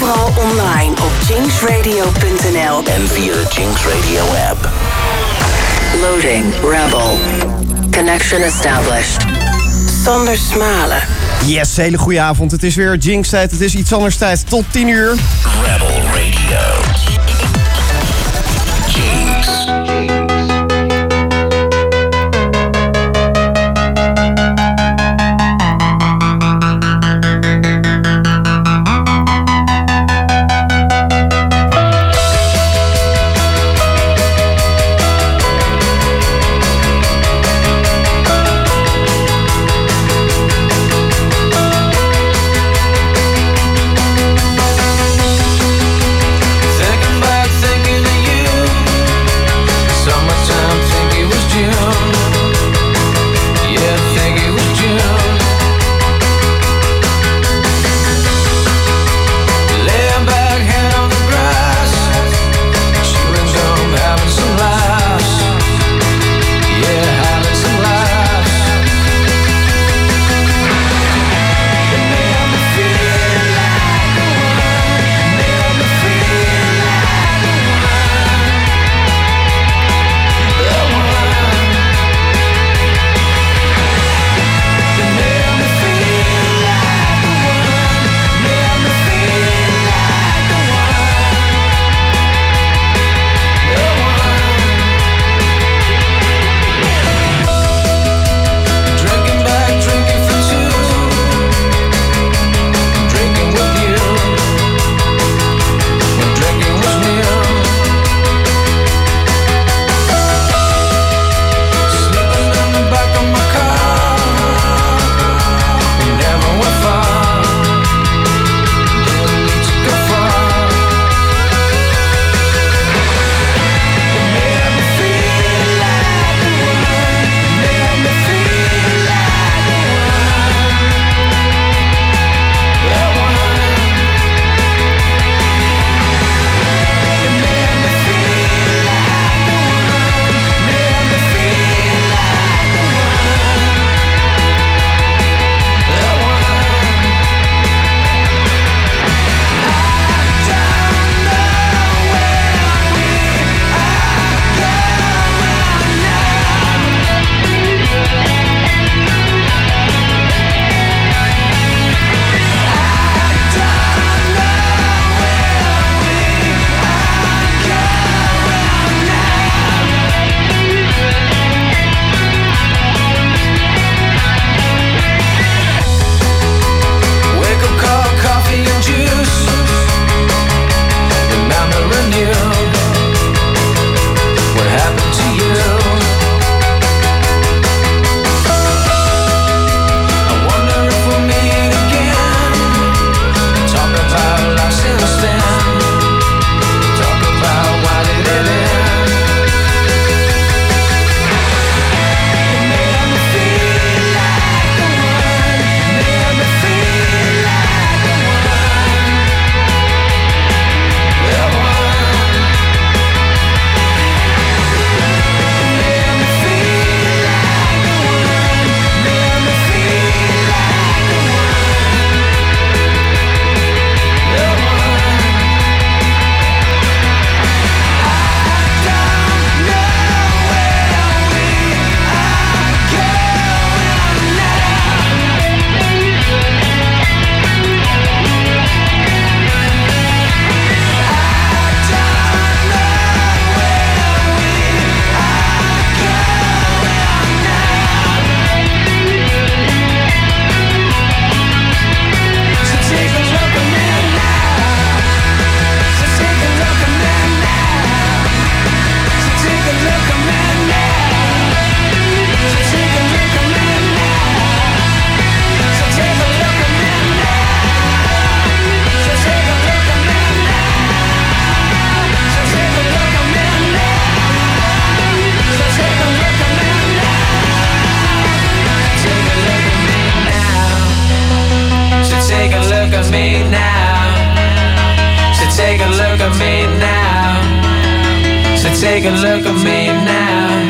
overal online op jinxradio.nl en via de Jinx Radio app. Loading Rebel. Connection established. Sander Smalen. Yes, hele goede avond. Het is weer Jinx tijd. Het is iets anders tijd. Tot 10 uur. Rebel Radio. Jinx. take a look at me now.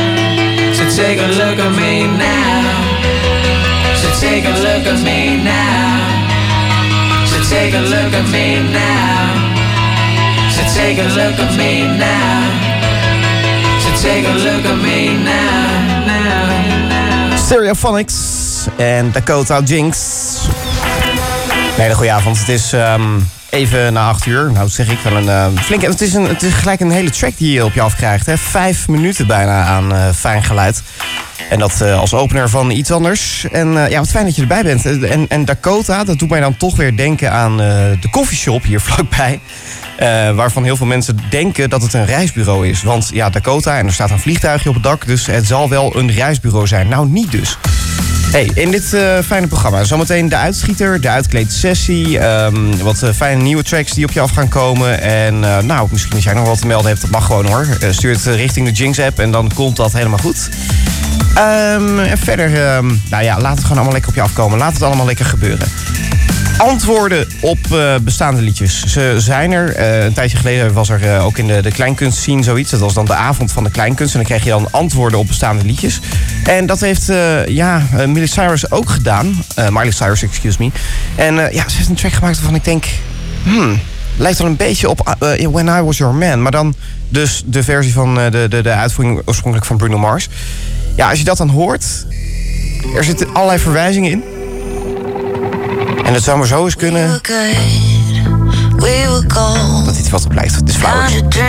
So take a look at me now. So take a look at me now. So take a look at me now. So take a look at me now. So take a look at me now. Stereophonics en Dakota Jinx. Een hele goede avond. Het is even na 8 uur. Nou, zeg ik wel een flinke... Het is gelijk een hele track die je op je afkrijgt. Hè? 5 minuten bijna aan fijn geluid. En dat als opener van iets anders. En ja, wat fijn dat je erbij bent. En Dakota, dat doet mij dan toch weer denken aan de coffeeshop hier vlakbij. Waarvan heel veel mensen denken dat het een reisbureau is. Want ja, Dakota, en er staat een vliegtuigje op het dak. Dus het zal wel een reisbureau zijn. Nou, niet dus. Hey, in dit fijne programma zometeen de uitschieter, de uitkleedsessie. Wat fijne nieuwe tracks die op je af gaan komen. En nou, misschien als jij nog wat te melden hebt, dat mag gewoon hoor. Stuur het richting de Jinx app en dan komt dat helemaal goed. En verder, nou ja, laat het gewoon allemaal lekker op je afkomen. Laat het allemaal lekker gebeuren. Antwoorden op bestaande liedjes. Ze zijn er. Een tijdje geleden was er ook in de kleinkunst scene zoiets. Dat was dan de avond van de kleinkunst. En dan kreeg je dan antwoorden op bestaande liedjes. En dat heeft Miley Cyrus ook gedaan. Miley Cyrus, excuse me. En ja, ze heeft een track gemaakt waarvan ik denk... lijkt wel een beetje op When I Was Your Man. Maar dan dus de versie van de uitvoering oorspronkelijk van Bruno Mars. Ja, als je dat dan hoort... Er zitten allerlei verwijzingen in. En het zou maar zo eens kunnen... dat dit wat op lijkt. Het is flauw.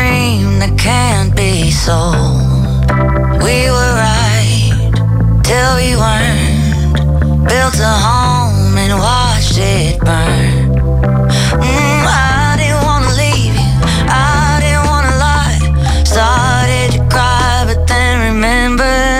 We were right till we weren't. Built a home and watched it burn. I didn't wanna leave you, I didn't wanna lie. Started to cry, but then remembered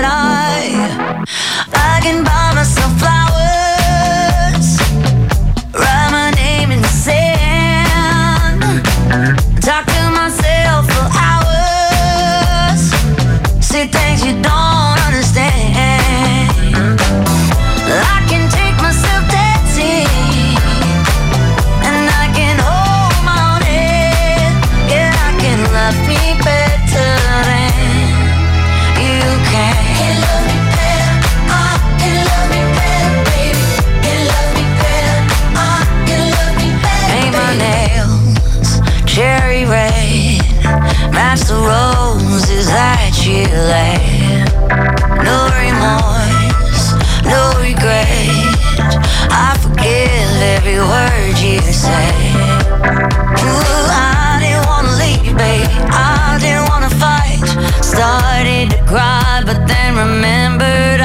I can buy myself flowers, write my name in the sand, talk to myself for hours, say things you don't understand. I can take myself dancing, and I can hold my own head. Yeah, I can love me better than you can. Can love me better, I can love me better, baby. Can love me better, I can love me better. Paint my nails cherry red, match the roses that you laid. No remorse, no regret. I forgive every word you say. Ooh, I didn't wanna leave, babe. I didn't wanna fight. Started to cry, but then remembered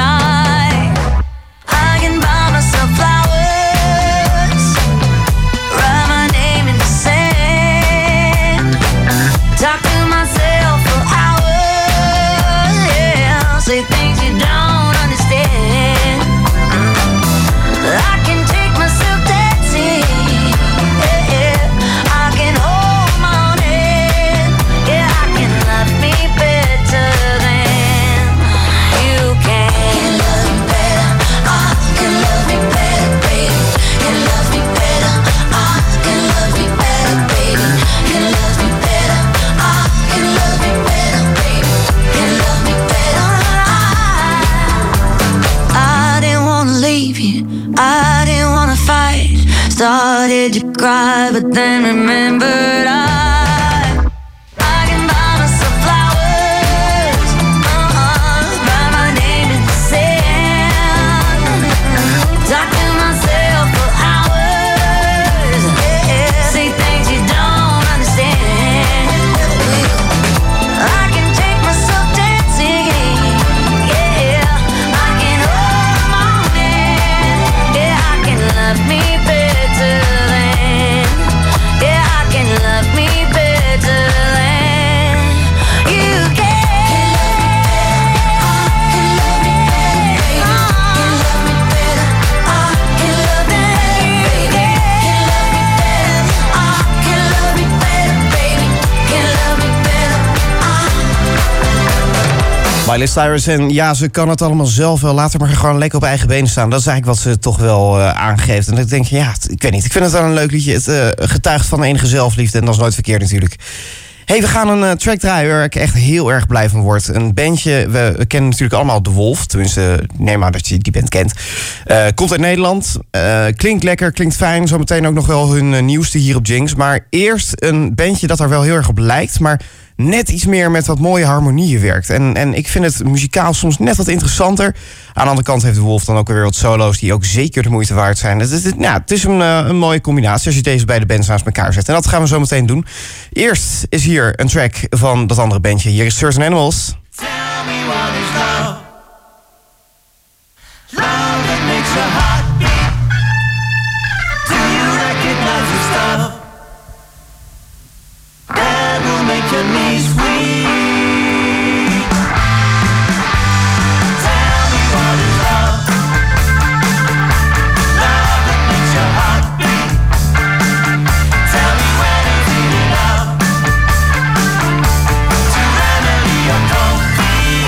I can buy myself flowers, write my name in the sand, talk to myself for hours, yeah, say things you don't understand. I can take myself dancing, yeah, I can hold my own head, yeah, I can love me better than you can. Can love me better, I can love me better, baby. Can love me better, I can love me better, baby. Can love me better, I can love me better, baby. Can love me better, I didn't wanna leave you, I didn't wanna fight. Started to cry, but then remembered I can buy myself flowers, write my name in the sand, talk to myself for hours, yeah, say things you don't understand. I can take myself dancing, yeah, I can hold my own hand, yeah, I can love me better than, yeah, I can love me better than you can. Can love me better, I can love me better, I can love me better, baby. Can love me better, Miley Cyrus en ja, ze kan het allemaal zelf wel. Laat haar maar gewoon lekker op eigen benen staan. Dat is eigenlijk wat ze toch wel aangeeft. En ik denk, ja, ik weet niet. Ik vind het wel een leuk liedje. Het getuigt van enige zelfliefde en dat is nooit verkeerd natuurlijk. Hey, we gaan een track draaien waar ik echt heel erg blij van word. Een bandje, we kennen natuurlijk allemaal The Wolf. Tenminste, neem maar dat je die band kent. Komt uit Nederland. Klinkt lekker, klinkt fijn. Zometeen ook nog wel hun nieuwste hier op Jinx. Maar eerst een bandje dat er wel heel erg op lijkt, maar net iets meer met wat mooie harmonieën werkt. En ik vind het muzikaal soms net wat interessanter. Aan de andere kant heeft de Wolf dan ook weer wat solo's die ook zeker de moeite waard zijn. Het is een mooie combinatie als je deze beide bands naast elkaar zet. En dat gaan we zo meteen doen. Eerst is hier een track van dat andere bandje. Hier is Certain Animals. Tell me what is love. Love that makes your heart beat. Do you recognize the stuff that will make your knees weak? Tell me what is love. Love that makes your heart beat. Tell me when is it enough to remedy your cold feet?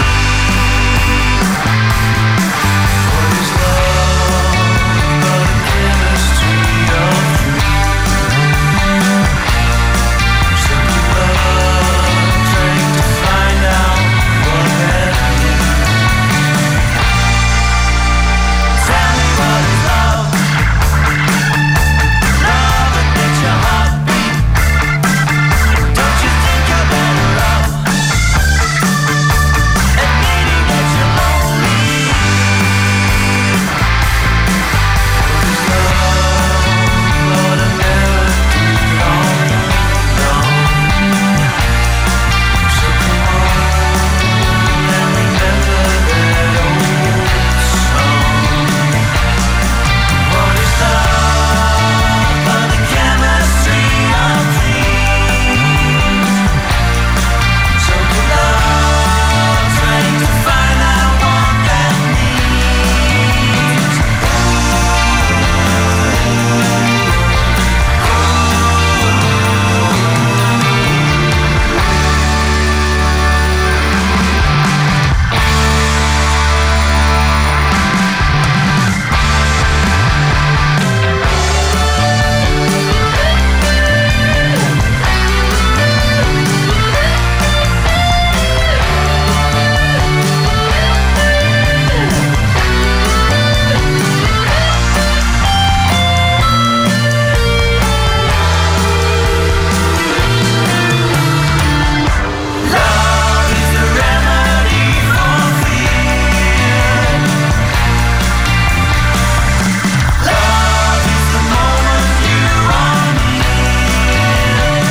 What is love but a chemistry of dreams? Simple love, trying to find out what that means. Tell me what is love. Love that makes your heart beat. Don't you think you're better off admitting that you're lonely? What is love but a melody long, long? So come on and remember that old song. What is love but the chemistry of dreams? So good love, trying to find out what that means. Love is the remedy for fear. Love is the moment you are near.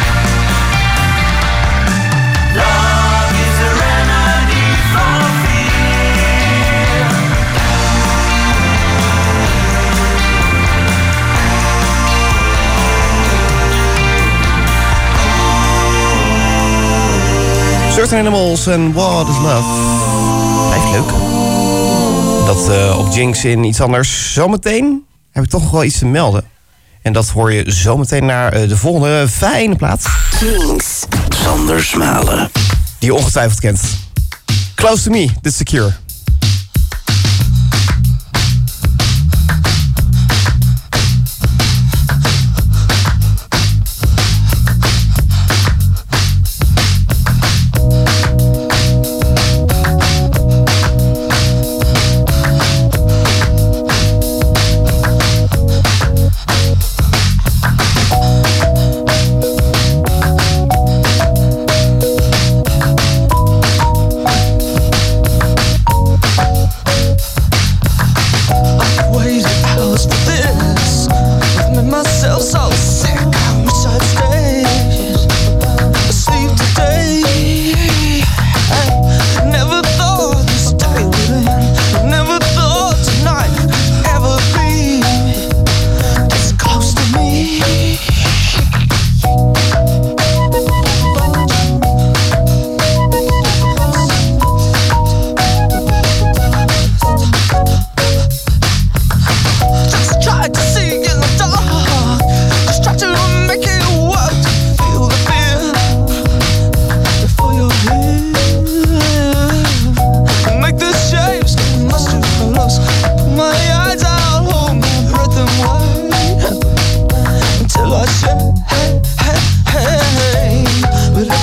Love is the remedy for fear. Certain Animals en What is Love. Blijft leuk. Dat op Jinx in iets anders. Zometeen heb ik toch nog wel iets te melden. En dat hoor je zometeen naar de volgende fijne plaat. Jinx. Sander Smalen. Die je ongetwijfeld kent. Close to Me, The Secure. But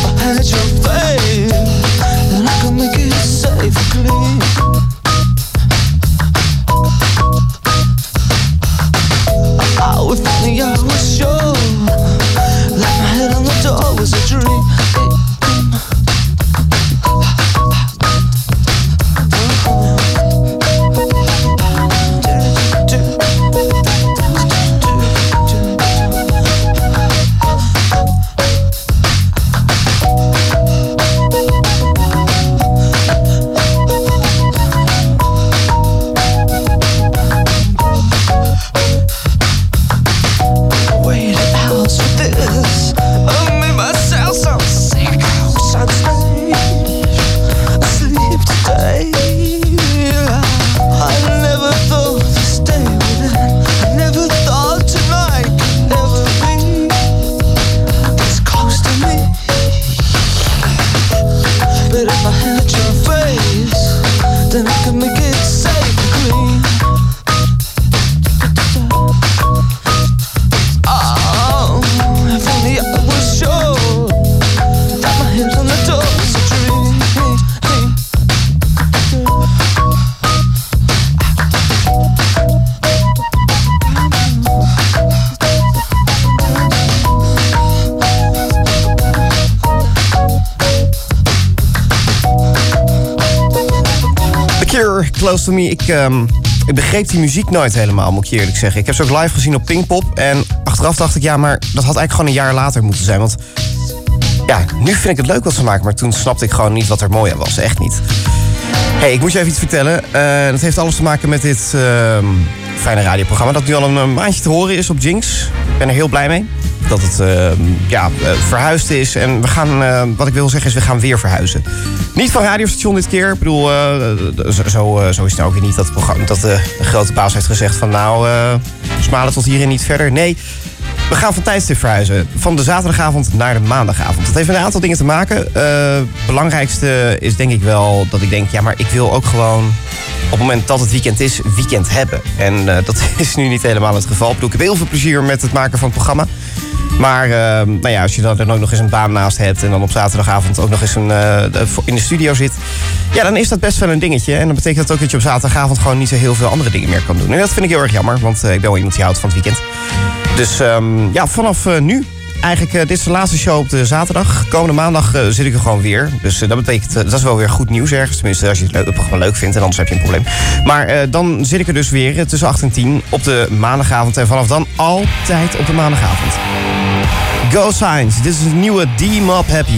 Close to Me. Ik begreep die muziek nooit helemaal, moet ik je eerlijk zeggen. Ik heb ze ook live gezien op Pinkpop. En achteraf dacht ik, ja, maar dat had eigenlijk gewoon een jaar later moeten zijn. Want ja, nu vind ik het leuk wat ze maken. Maar toen snapte ik gewoon niet wat er mooi aan was. Echt niet. Hey, ik moet je even iets vertellen. Dat heeft alles te maken met dit fijne radioprogramma. Dat nu al een maandje te horen is op Jinx. Ik ben er heel blij mee. Dat het verhuisd is. En we gaan, wat ik wil zeggen is, we gaan weer verhuizen. Niet van radiostation dit keer. Ik bedoel, zo is het nou ook weer niet dat het programma, dat de grote baas heeft gezegd van nou, Smalen tot hier en niet verder. Nee, we gaan van tijdstip verhuizen. Van de zaterdagavond naar de maandagavond. Dat heeft met een aantal dingen te maken. Het belangrijkste is denk ik wel dat ik denk, ja, maar ik wil ook gewoon op het moment dat het weekend is, weekend hebben. En dat is nu niet helemaal het geval. Ik bedoel, ik heb heel veel plezier met het maken van het programma. Maar nou ja, als je dan ook nog eens een baan naast hebt en dan op zaterdagavond ook nog eens in de studio zit, ja, dan is dat best wel een dingetje. En dan betekent dat ook dat je op zaterdagavond gewoon niet zo heel veel andere dingen meer kan doen. En dat vind ik heel erg jammer, want ik ben wel iemand die houdt van het weekend. Dus ja, vanaf nu, eigenlijk dit is de laatste show op de zaterdag. Komende maandag zit ik er gewoon weer. Dus dat betekent, dat is wel weer goed nieuws ergens. Tenminste, als je het programma leuk vindt en anders heb je een probleem. Maar dan zit ik er dus weer tussen 8 en 10 op de maandagavond. En vanaf dan altijd op de maandagavond. Go Signs, dit is een nieuwe D-Mob Happy.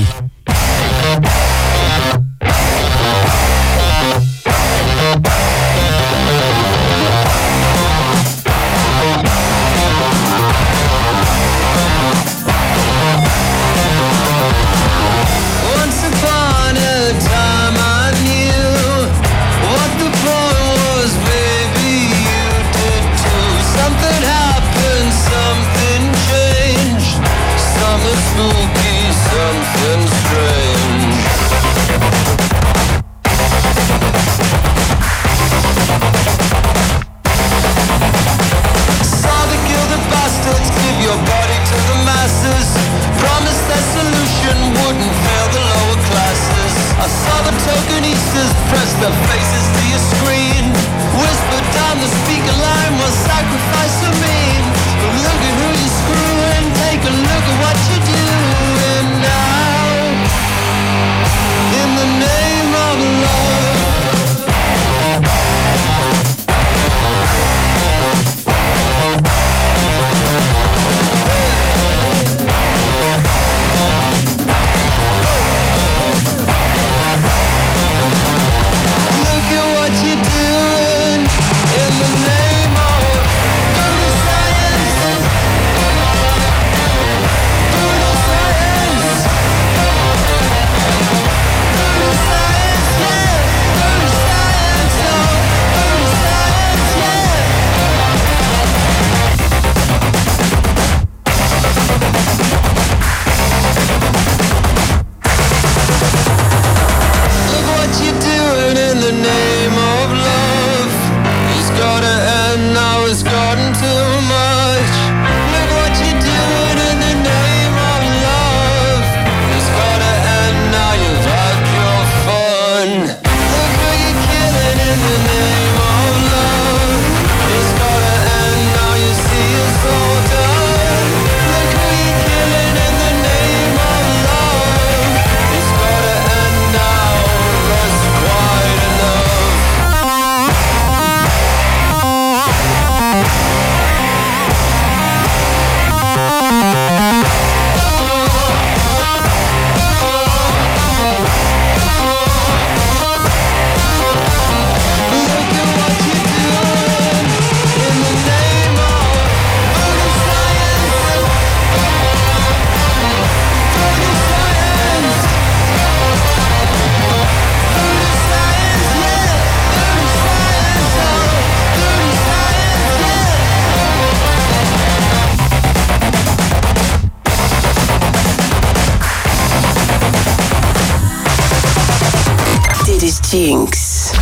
Jinx.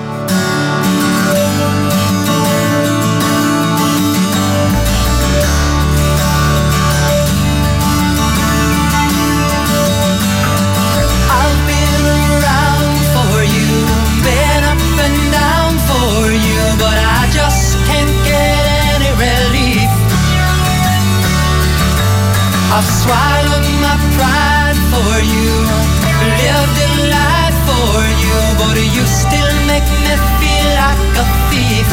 I've swallowed my pride for you, lived a life for you, but you still make me feel like a thief.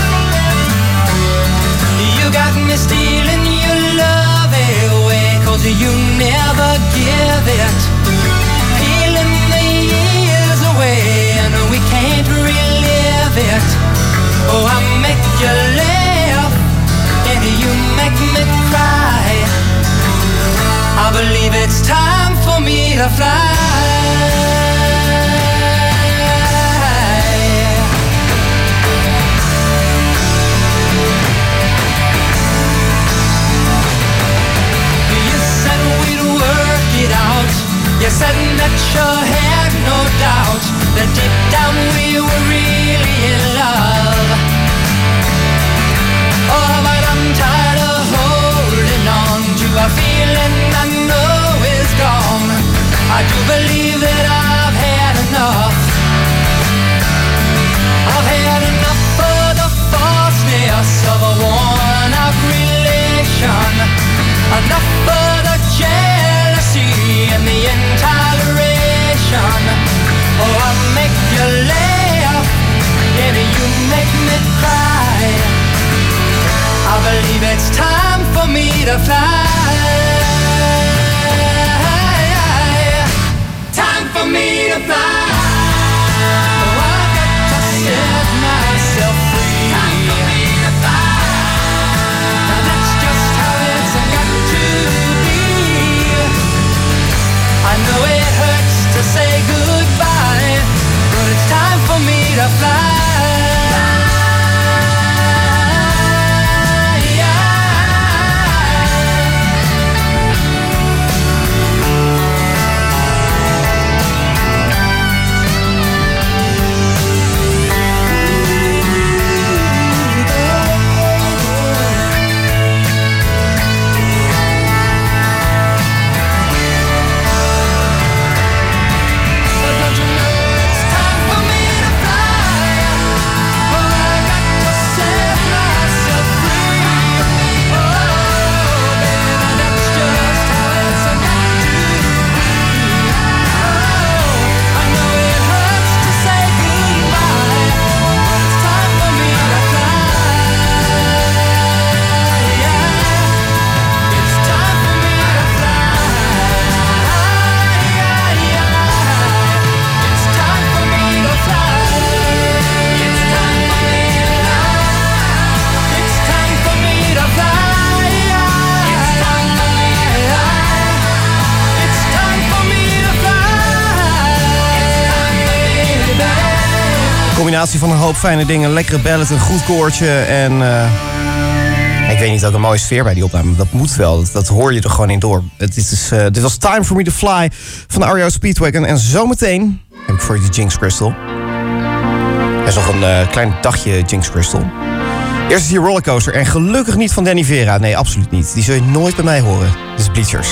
You got me stealing your love away, 'cause you never give it. Peeling the years away and we can't relive it. Oh, I make you laugh and you make me cry. I believe it's time for me to fly. You said that you had no doubt that deep down we were really in love. Oh, but I'm tired of holding on to a feeling I know is gone. I do believe that I've had enough. I've had enough of the falseness of a worn-out relation. Enough of the jealousy and the intoleration. Oh, I make you laugh and you make me cry. I believe it's time for me to fly. Time for me to fly. Oh, I got to set myself free. Time for me to fly. Now that's just how it's got to be. I know it hurts to say goodbye, but it's time for me to fly. Combinatie van een hoop fijne dingen, lekkere ballad, een goed koortje en ik weet niet, ook een mooie sfeer bij die opname. Dat moet wel, dat hoor je er gewoon in door. Dit was Time for Me to Fly van REO Speedwagon en zometeen heb ik voor je de Jinx Crystal. Er is nog een klein dagje Jinx Crystal. Eerst is hier Rollercoaster en gelukkig niet van Danny Vera. Nee, absoluut niet. Die zul je nooit bij mij horen. Dit is Bleachers.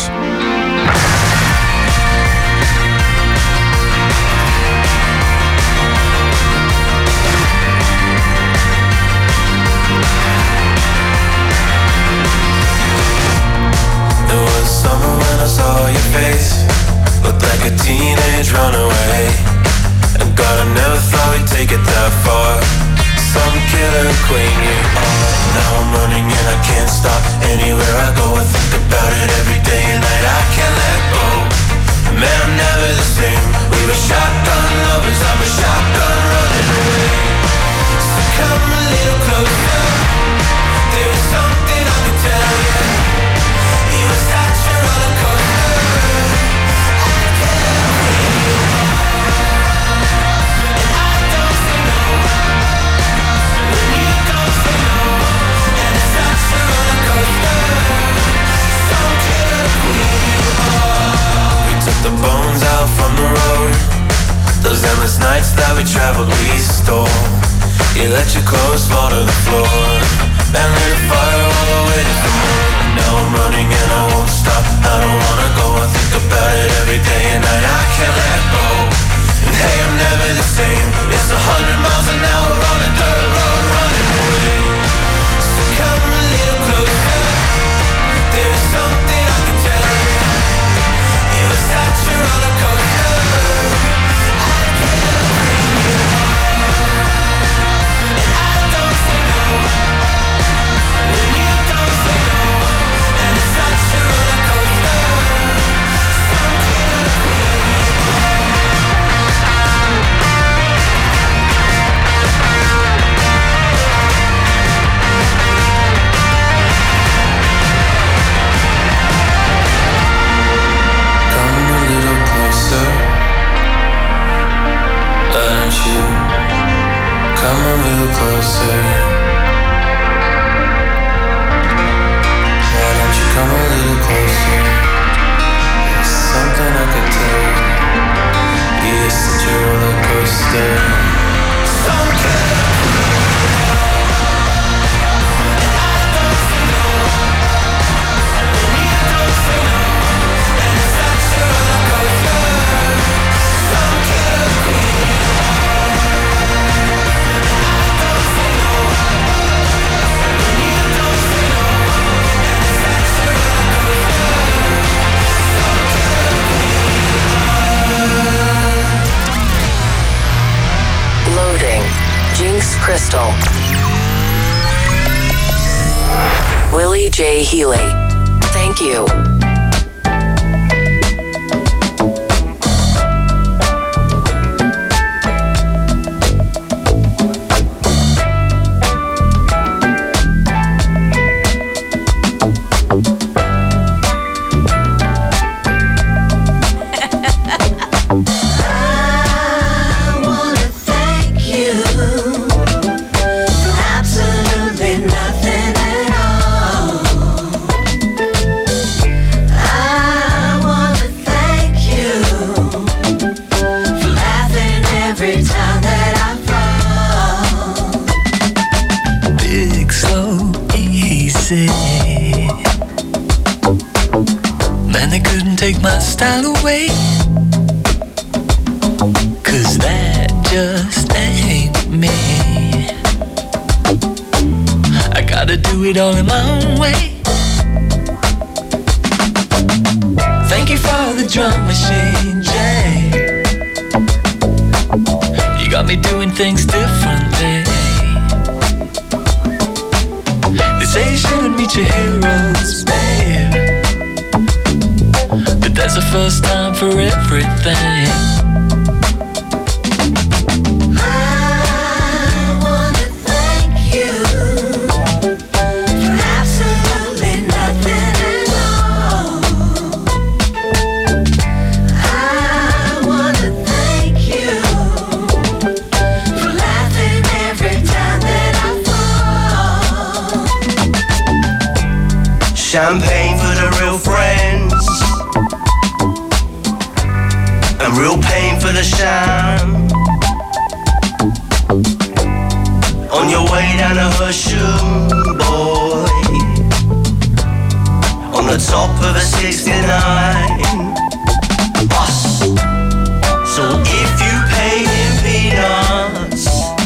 Looked like a teenage runaway. And God, I never thought we'd take it that far. Some killer queen you are. Now I'm running and I can't stop. Anywhere I go I think about it every day and night. I can't let go. Man, I'm never the same. We were shotgun lovers, I'm a shotgun running away. So come a little closer. There is something I can tell you. You were such a roller coaster. The bones out from the road. Those endless nights that we traveled, we stole. You let your clothes fall to the floor and lit a fire all the way to the moon. Now I'm running and I won't stop. I don't wanna go, I think about it every day and night. I can't let go. And hey, I'm never the same. It's 100 miles an hour on a dirt road running away. So come a little closer. There is something I can tell you. You were such a roller coaster. I can't bring you home. Billy J. Healy. Thank you. Man, they couldn't take my style away, 'cause that just ain't me. I gotta do it all in my own way. Thank you for the drum machine, Jay. You got me doing things differently. Say you shouldn't meet your heroes, babe, but there's a first time for everything. I wanna thank you for absolutely nothing at all. I wanna thank you for laughing every time that I fall. Champagne for the real friends, and real pain for the sham. On your way down to Hersham, boy, on the top of a 69 bus. So if you pay in peanuts,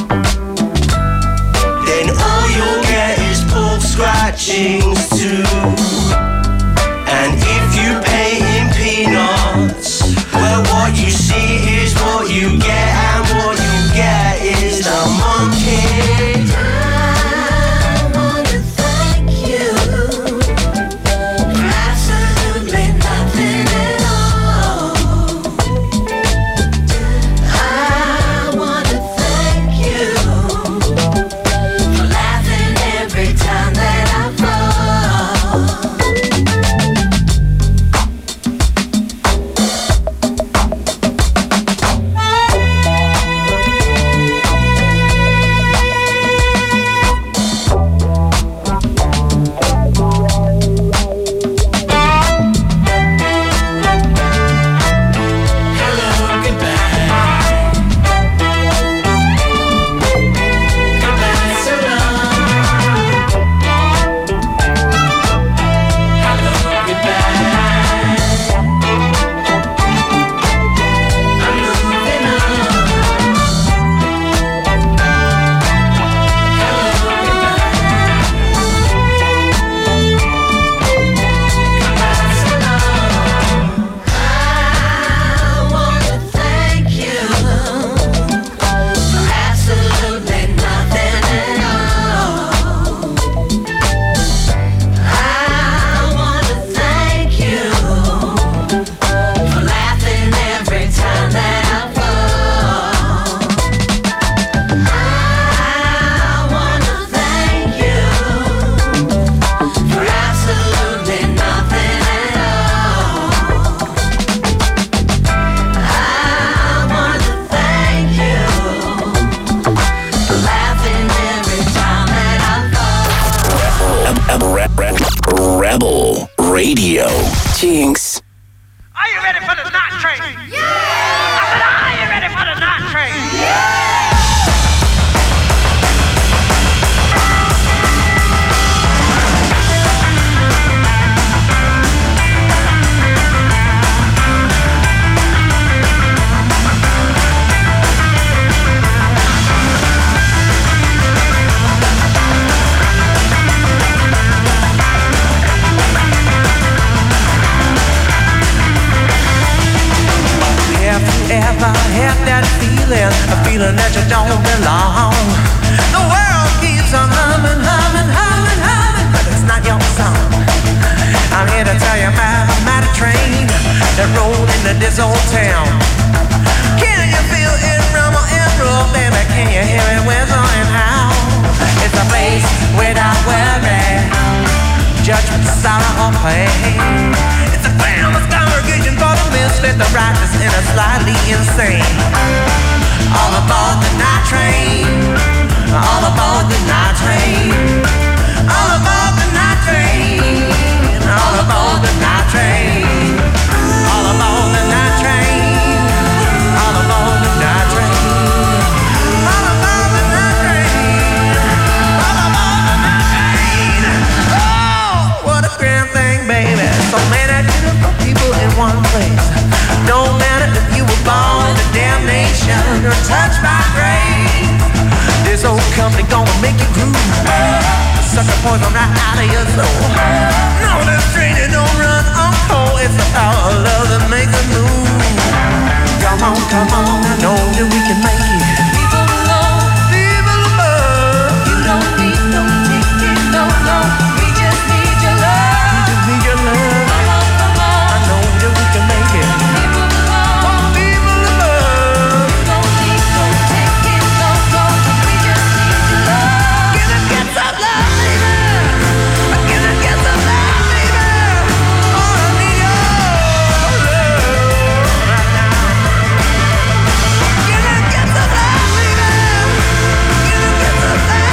then all you'll get is pork scratchings too. And if you pay in peanuts, well, what you see is what you get, and what you get is the monkey. I wanna thank you for absolutely nothing at all. I wanna thank you for laughing every time that I fall. Rebel Radio. Jinx. Are you ready for the night train? Yeah! I said, are you ready for the night train? Yeah! Ever had that feeling, a feeling I'm here to tell you about a train that rolled into this old town. Can you feel it rumble and roll, baby? Can you hear it whistle and howl? It's a place without worry, judgment, sorrow, or pain. It's a famous congregation for the misfit, the righteous, and the slightly insane. All aboard the night train. All aboard the night train. All aboard the night train. All aboard the night train. All aboard the night train. All aboard the night train. All aboard the night train. All aboard the night train. Oh, what a grand thing, baby. So many beautiful people in one place. Don't matter if you were born to damnation or touched by grace. This old company gonna make you groove. Suck the poison right out of your soul. No, this train it don't run on cold. It's the power of love that makes it move. Come on, I know that we can make it. People below, people above. You don't need no ticket, no. We just need your love. We just need your love. Come on. I know that we can make it. People below, people above. You don't need no ticket, no. We just need your love. Can I get some love, baby? Can I get some love, baby? Oh, I need your love right now. Can I get some love, baby? Can I get some love, baby?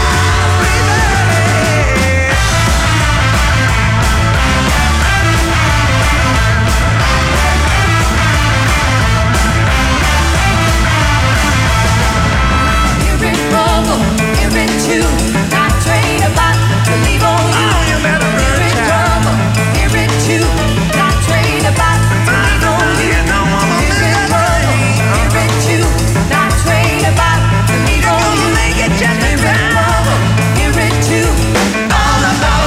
Hear it rumble, hear it chew. Not train about to leave on you. You better run, hear it rumble, hear it chew. Not train about to leave on you. Hear it rumble, hear it chew. Not train about to leave on you. Hear it rumble, hear it chew. All aboard.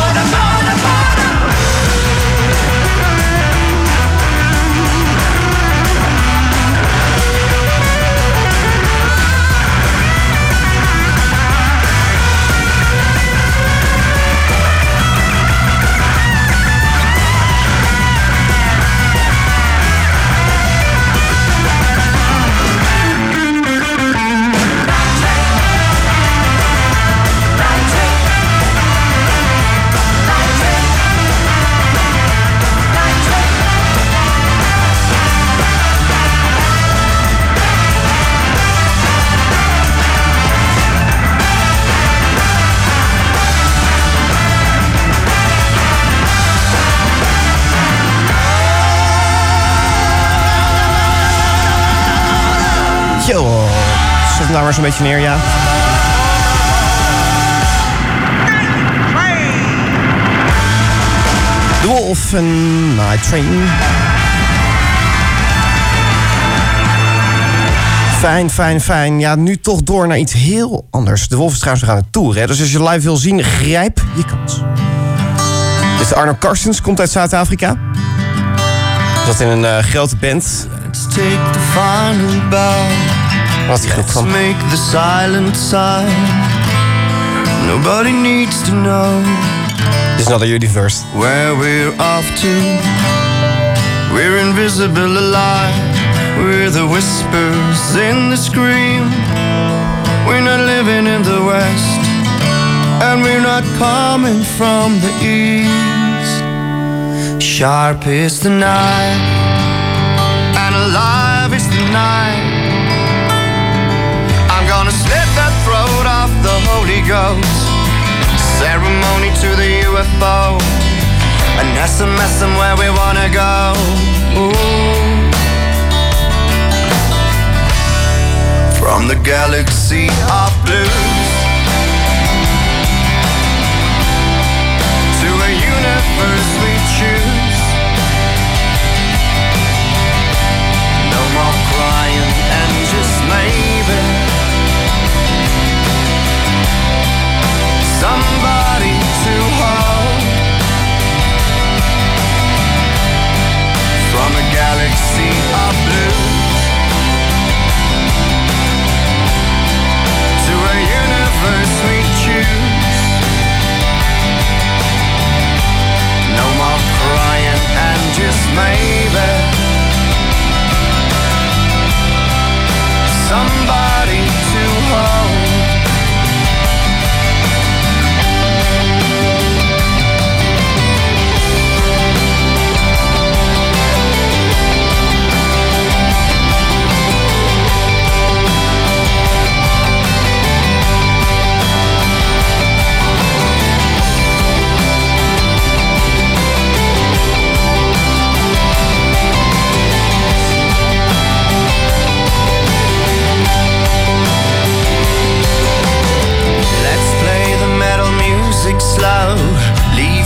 Yo, zet hem daar maar zo'n beetje neer, ja. The Wolf en Night Train. Fijn. Ja, nu toch door naar iets heel anders. De Wolf is trouwens nog aan het toeren, hè? Dus als je live wil zien, grijp je kans. Dit is Arno Karstens, komt uit Zuid-Afrika. Zat in een grote band. Let's take the final bow. Was die groep van? Let's make the silent sign. Nobody needs to know. It's not a universe. Where we're off to. We're invisible alive. We're the whispers in the scream. We're not living in the west. And we're not coming from the east. Sharp is the knife. And alive is the night. I'm gonna slit the throat of the Holy Ghost. Ceremony to the UFO. And SMS them where we wanna go. Ooh. From the galaxy of blues to a universe we choose. No more crying and just maybe somebody to hold. From a galaxy of blues to a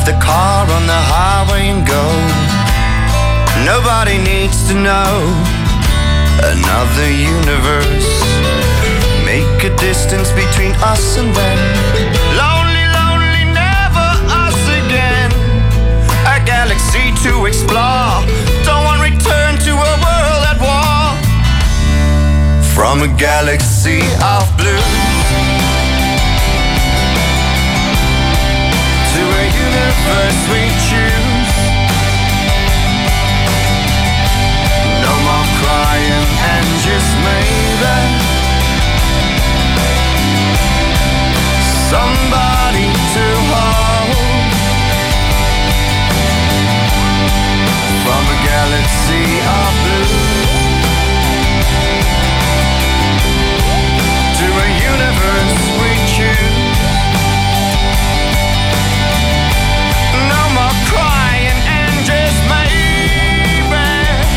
the car on the highway and go. Nobody needs to know another universe. Make a distance between us and them. Lonely, lonely, never us again. A galaxy to explore. Don't want return to a world at war. From a galaxy of blue to a universe we choose. No more crying and just maybe somebody to hold. From a galaxy of blue to a universe we choose. No more crying and just maybe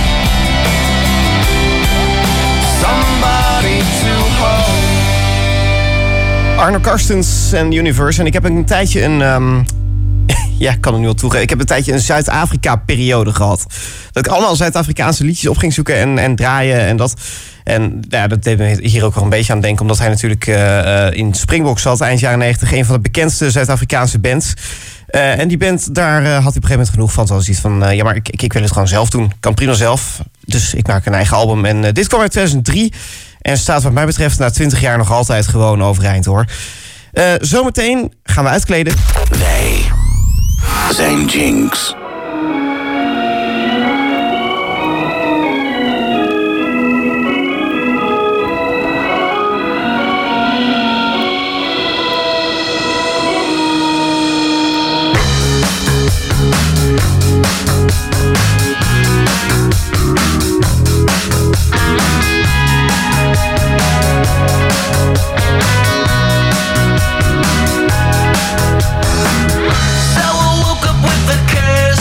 somebody to hold. Arno Karstens en Universe. En ik heb een tijdje ja, ik kan het nu al toegeven. Ik heb een tijdje een Zuid-Afrika-periode gehad. Dat ik allemaal Zuid-Afrikaanse liedjes op ging zoeken en draaien en dat. En ja, dat deed me hier ook wel een beetje aan denken. Omdat hij natuurlijk in Springbok zat, eind jaren 90. Een van de bekendste Zuid-Afrikaanse bands. En die band, daar had hij op een gegeven moment genoeg van. Toen was hij van, ja, maar ik wil het gewoon zelf doen. Ik kan prima zelf. Dus ik maak een eigen album. En dit kwam uit 2003. En staat wat mij betreft na 20 jaar nog altijd gewoon overeind, hoor. Zometeen gaan we uitkleden. Wij zijn Jinx. So I woke up with a curse.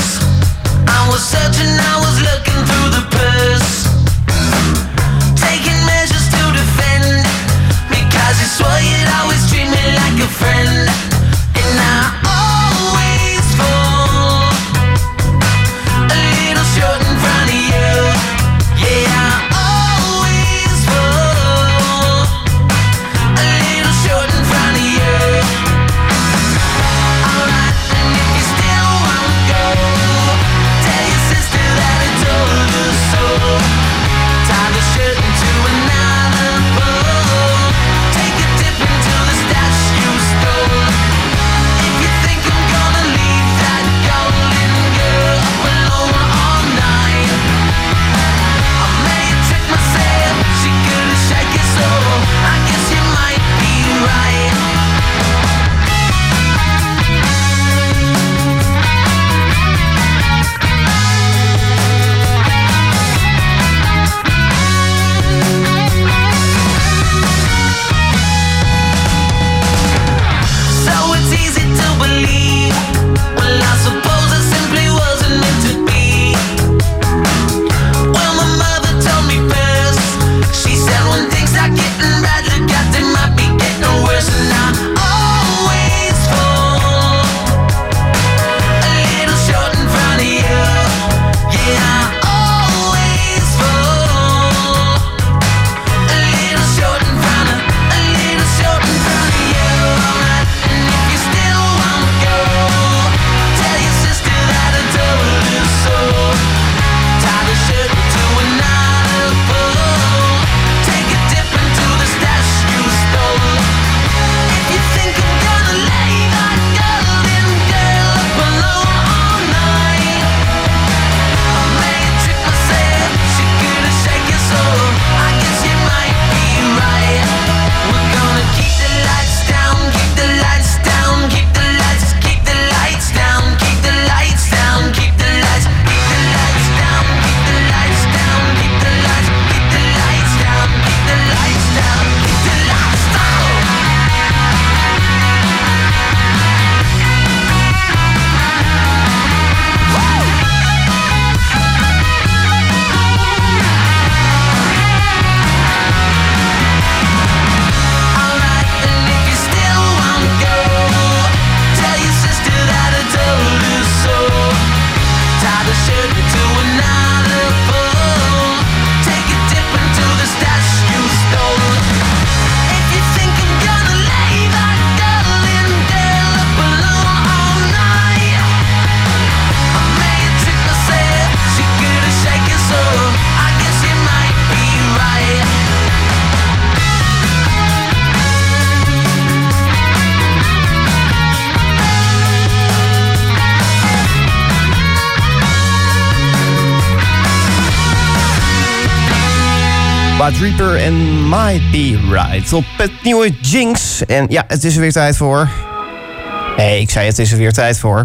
Rod Reaper en Might Be Right op het nieuwe Jinx. En ja, het is er weer tijd voor. Nee, ik zei het is er weer tijd voor.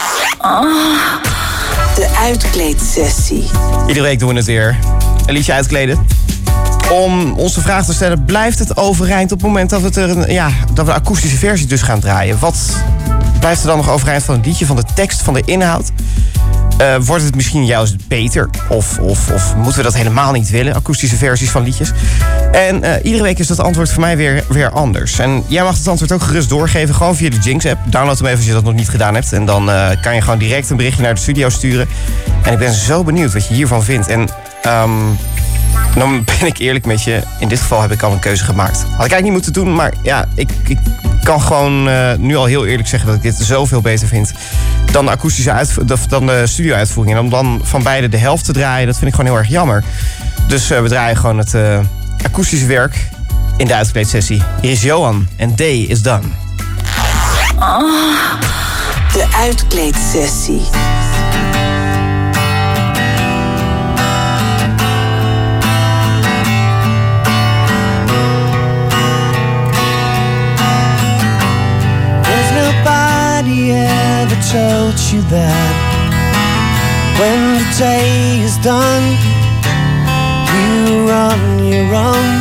De uitkleedsessie. Iedere week doen we het weer. Een liedje uitkleden. Om ons de vraag te stellen, blijft het overeind op het moment dat we dat we de akoestische versie dus gaan draaien? Wat blijft er dan nog overeind van het liedje, van de tekst, van de inhoud? Wordt het misschien juist beter? Of moeten we dat helemaal niet willen, akoestische versies van liedjes? En iedere week is dat antwoord voor mij weer anders. En jij mag het antwoord ook gerust doorgeven, gewoon via de Jinx-app. Download hem even als je dat nog niet gedaan hebt. En dan kan je gewoon direct een berichtje naar de studio sturen. En ik ben zo benieuwd wat je hiervan vindt. En dan ben ik eerlijk met je. In dit geval heb ik al een keuze gemaakt. Had ik eigenlijk niet moeten doen, maar ja, ik kan gewoon nu al heel eerlijk zeggen dat ik dit zoveel beter vind dan de akoestische dan de studio-uitvoering. En om dan van beide de helft te draaien, dat vind ik gewoon heel erg jammer. Dus we draaien gewoon het akoestische werk in de uitkleedsessie. Hier is Johan en Day is Done. De uitkleedsessie. Ever told you that when the day is done, you're on your own.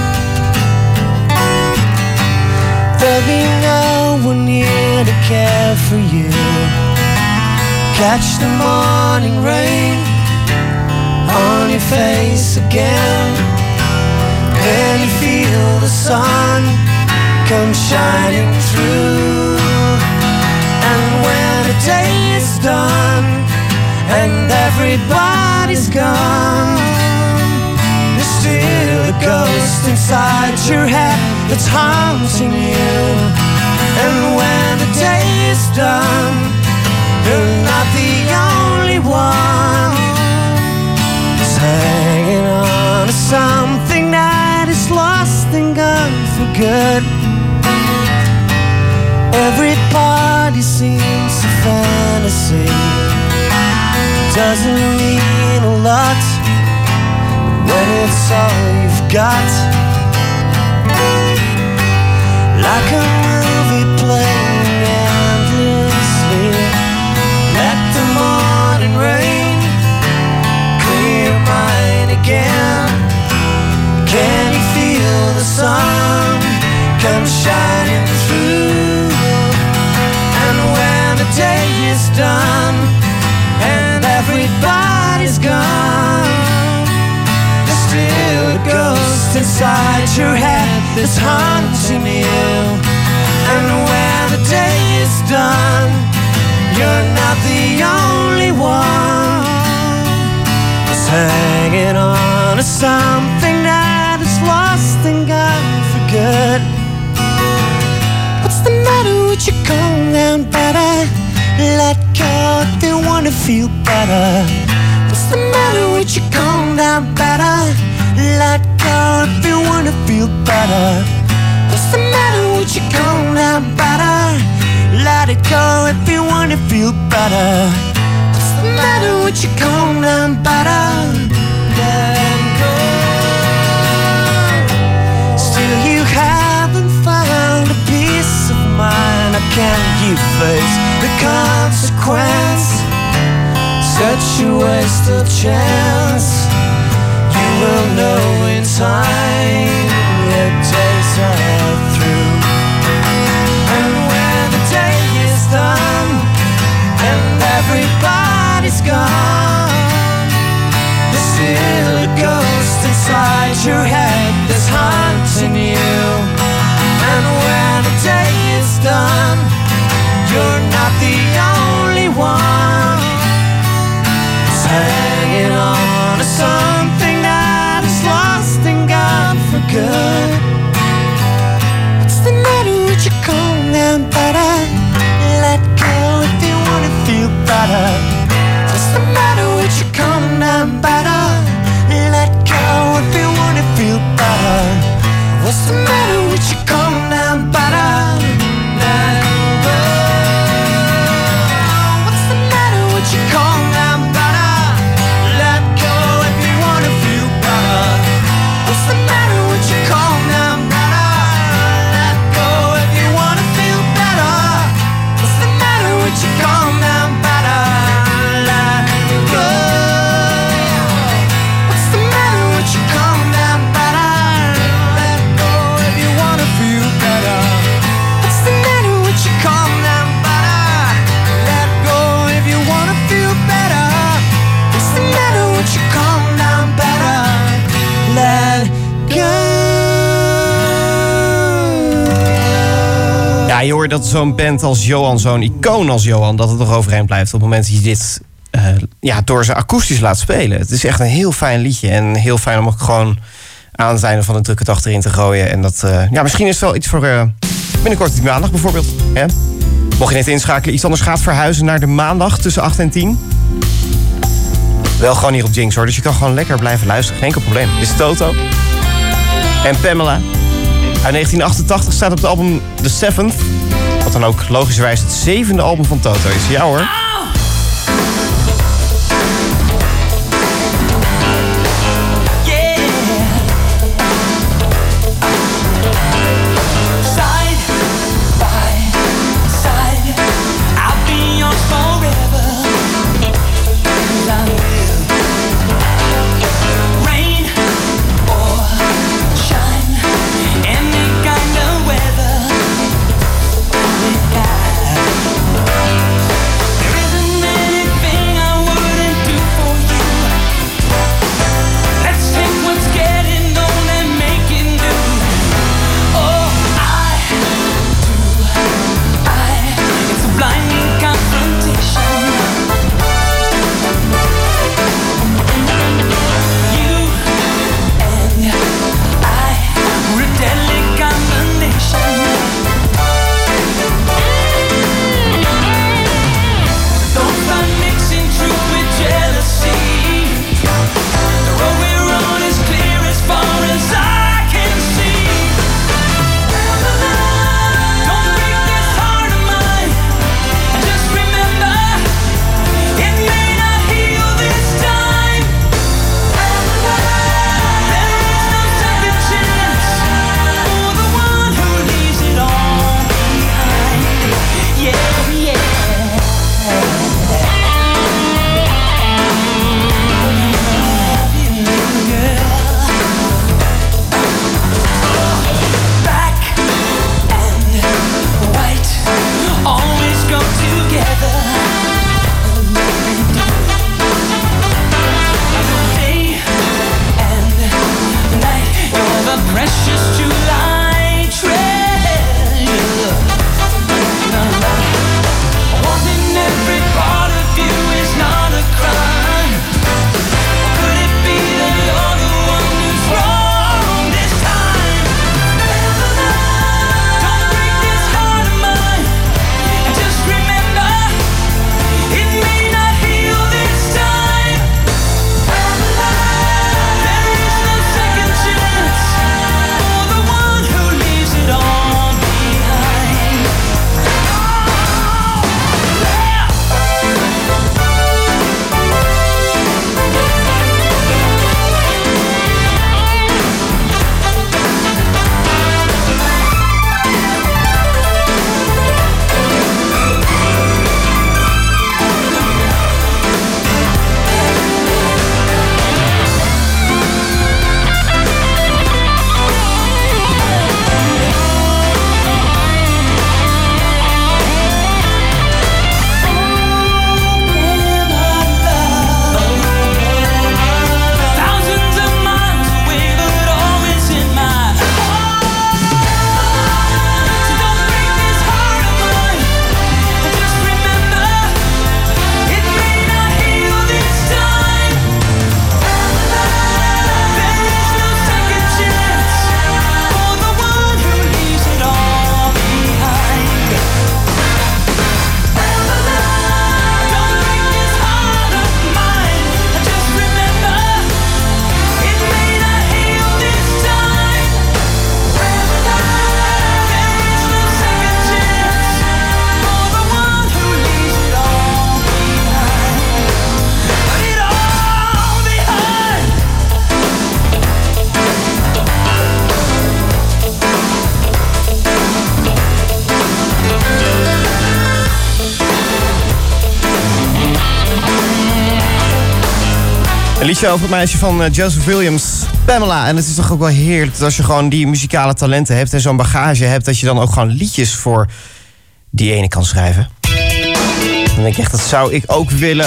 There'll be no one here to care for you. Catch the morning rain on your face again. Then you feel the sun come shining through. And when the day is done and everybody's gone, there's still a ghost inside your head that's haunting you. And when the day is done, you're not the only one who's hanging on to something that is lost and gone for good. Every party seems a fantasy. Doesn't mean a lot, but when it's all you've got, like a movie playing endlessly, let the morning rain clear your mind again. Can you feel the sun come shining through? The day is done and everybody's gone, there's still a ghost inside your head that's haunting you. And when the day is done, you're not the only one who's hanging on to something that is lost and gone for good. What's the matter with you? Calm down, better. Let go if you wanna feel better. What's the matter with you? Calm down, better. Let go if you wanna feel better. What's the matter with you? Calm down, better. Let it go if you wanna feel better. What's the matter with you? Calm down, better. Let it go. Still you haven't found a peace of mind. Can you face the consequence? Such a wasted chance. You will know in time your days are through. And when the day is done and everybody's gone, there's still a ghost inside your head that's haunting you. And when the day is done, you're not the only one who's hanging on to something that is lost and gone for good. je hoort dat zo'n band als Johan, zo'n icoon als Johan, dat het nog overeind blijft op het moment dat je dit door ze akoestisch laat spelen. Het is echt een heel fijn liedje en heel fijn om ook gewoon aan het einde van de drukke dag erin te gooien. En dat, misschien is het wel iets voor binnenkort die maandag bijvoorbeeld. Hè? Mocht je net inschakelen, iets anders gaat verhuizen naar de maandag tussen 8 en 10. Wel gewoon hier op Jinx hoor, dus je kan gewoon lekker blijven luisteren. Geen enkel probleem. Dit is Toto en Pamela. Uit 1988 staat op het album The Seventh. Wat dan ook logischerwijs het 7e album van Toto is. Ja hoor. Een liedje over het meisje van Joseph Williams, Pamela. En het is toch ook wel heerlijk dat als je gewoon die muzikale talenten hebt en zo'n bagage hebt, dat je dan ook gewoon liedjes voor die ene kan schrijven. Dan denk ik echt, dat zou ik ook willen.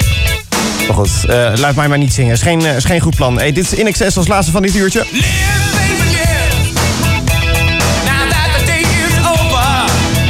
Maar goed, laat mij maar niet zingen. Is geen goed plan. Hey, dit is In Excess als laatste van dit uurtje. Now that the day is over,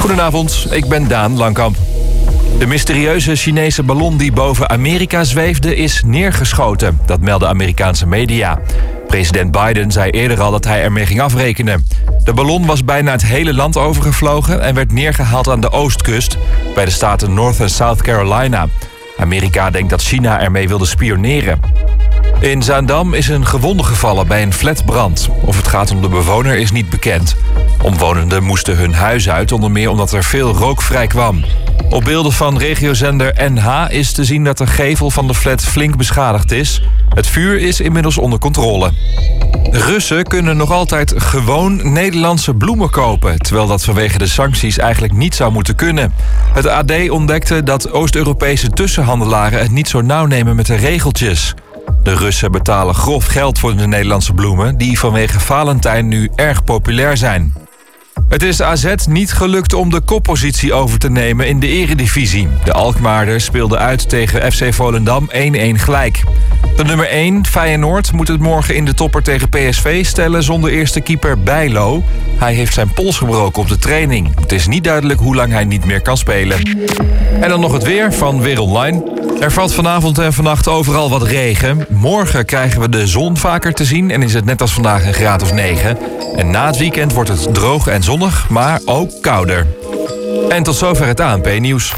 Goedenavond, ik ben Daan Langkamp. De mysterieuze Chinese ballon die boven Amerika zweefde is neergeschoten. Dat melden Amerikaanse media. President Biden zei eerder al dat hij ermee ging afrekenen. De ballon was bijna het hele land overgevlogen en werd neergehaald aan de oostkust, bij de staten North en South Carolina. Amerika denkt dat China ermee wilde spioneren. In Zaandam is een gewonde gevallen bij een flatbrand. Of het gaat om de bewoner is niet bekend. Omwonenden moesten hun huis uit, onder meer omdat er veel rook vrij kwam. Op beelden van regiozender NH is te zien dat de gevel van de flat flink beschadigd is. Het vuur is inmiddels onder controle. Russen kunnen nog altijd gewoon Nederlandse bloemen kopen, terwijl dat vanwege de sancties eigenlijk niet zou moeten kunnen. Het AD ontdekte dat Oost-Europese tussenhandelaren het niet zo nauw nemen met de regeltjes. De Russen betalen grof geld voor de Nederlandse bloemen, die vanwege Valentijn nu erg populair zijn. Het is AZ niet gelukt om de koppositie over te nemen in de eredivisie. De Alkmaarders speelden uit tegen FC Volendam 1-1 gelijk. De nummer 1, Feyenoord, moet het morgen in de topper tegen PSV stellen zonder eerste keeper Bijlo. Hij heeft zijn pols gebroken op de training. Het is niet duidelijk hoe lang hij niet meer kan spelen. En dan nog het weer van Weer Online. Er valt vanavond en vannacht overal wat regen. Morgen krijgen we de zon vaker te zien en is het net als vandaag een graad of 9. En na het weekend wordt het droog en zonnig, maar ook kouder. En tot zover het ANP-nieuws.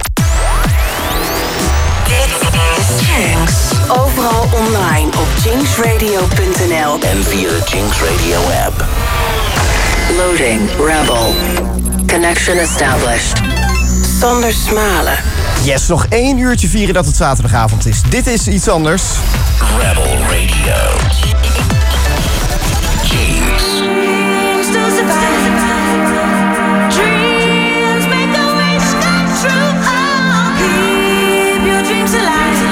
Dit is Jinx. Overal online op jinxradio.nl En via de Jinx Radio app. Loading Rebel. Connection established. Sander Smalen. Yes, nog 1 uurtje vieren dat het zaterdagavond is. Dit is iets anders. Rebel Radio. Jinx. Dreams make a wish come true. Oh, keep your dreams alive.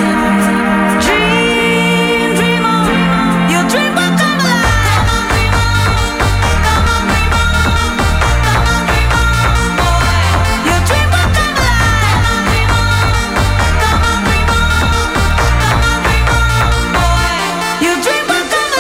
Dream, dream on. Your dream will come alive. Come on, dream on. Come on, dream on. Come on, dream on, boy. Your dream will come alive. Come on, dream on. Come on, dream on. Come on, dream on, boy. Your dream will come alive.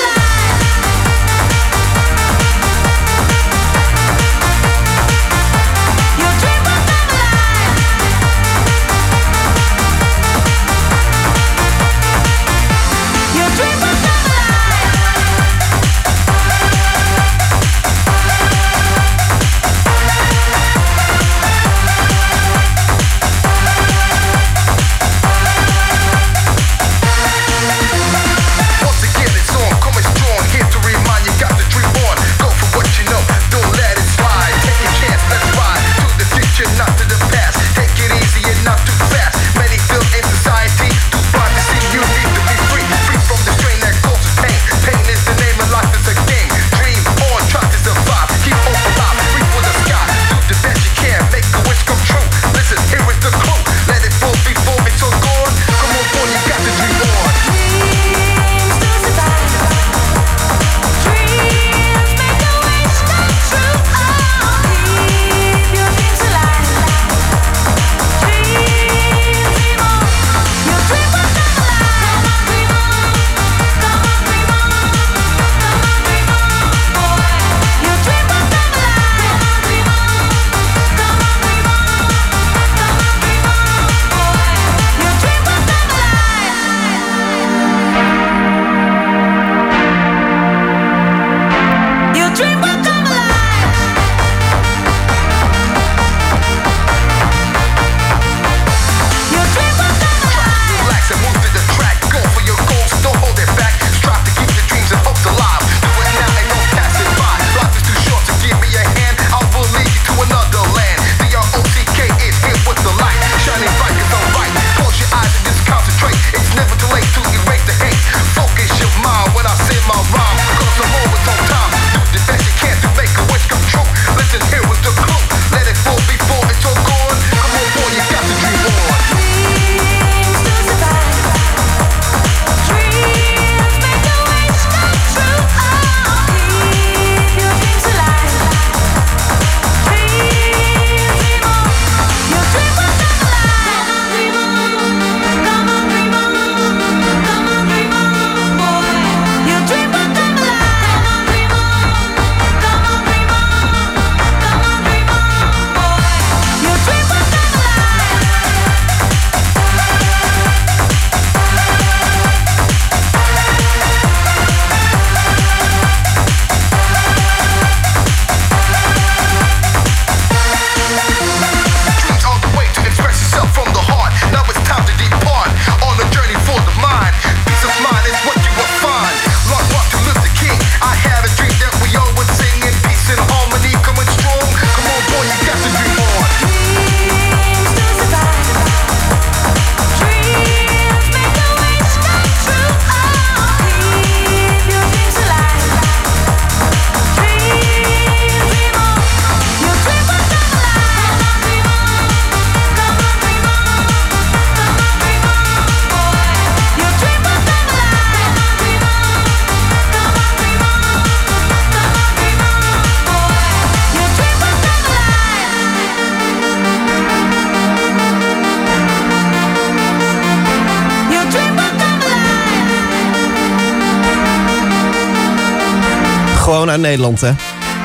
Gewoon uit Nederland, hè.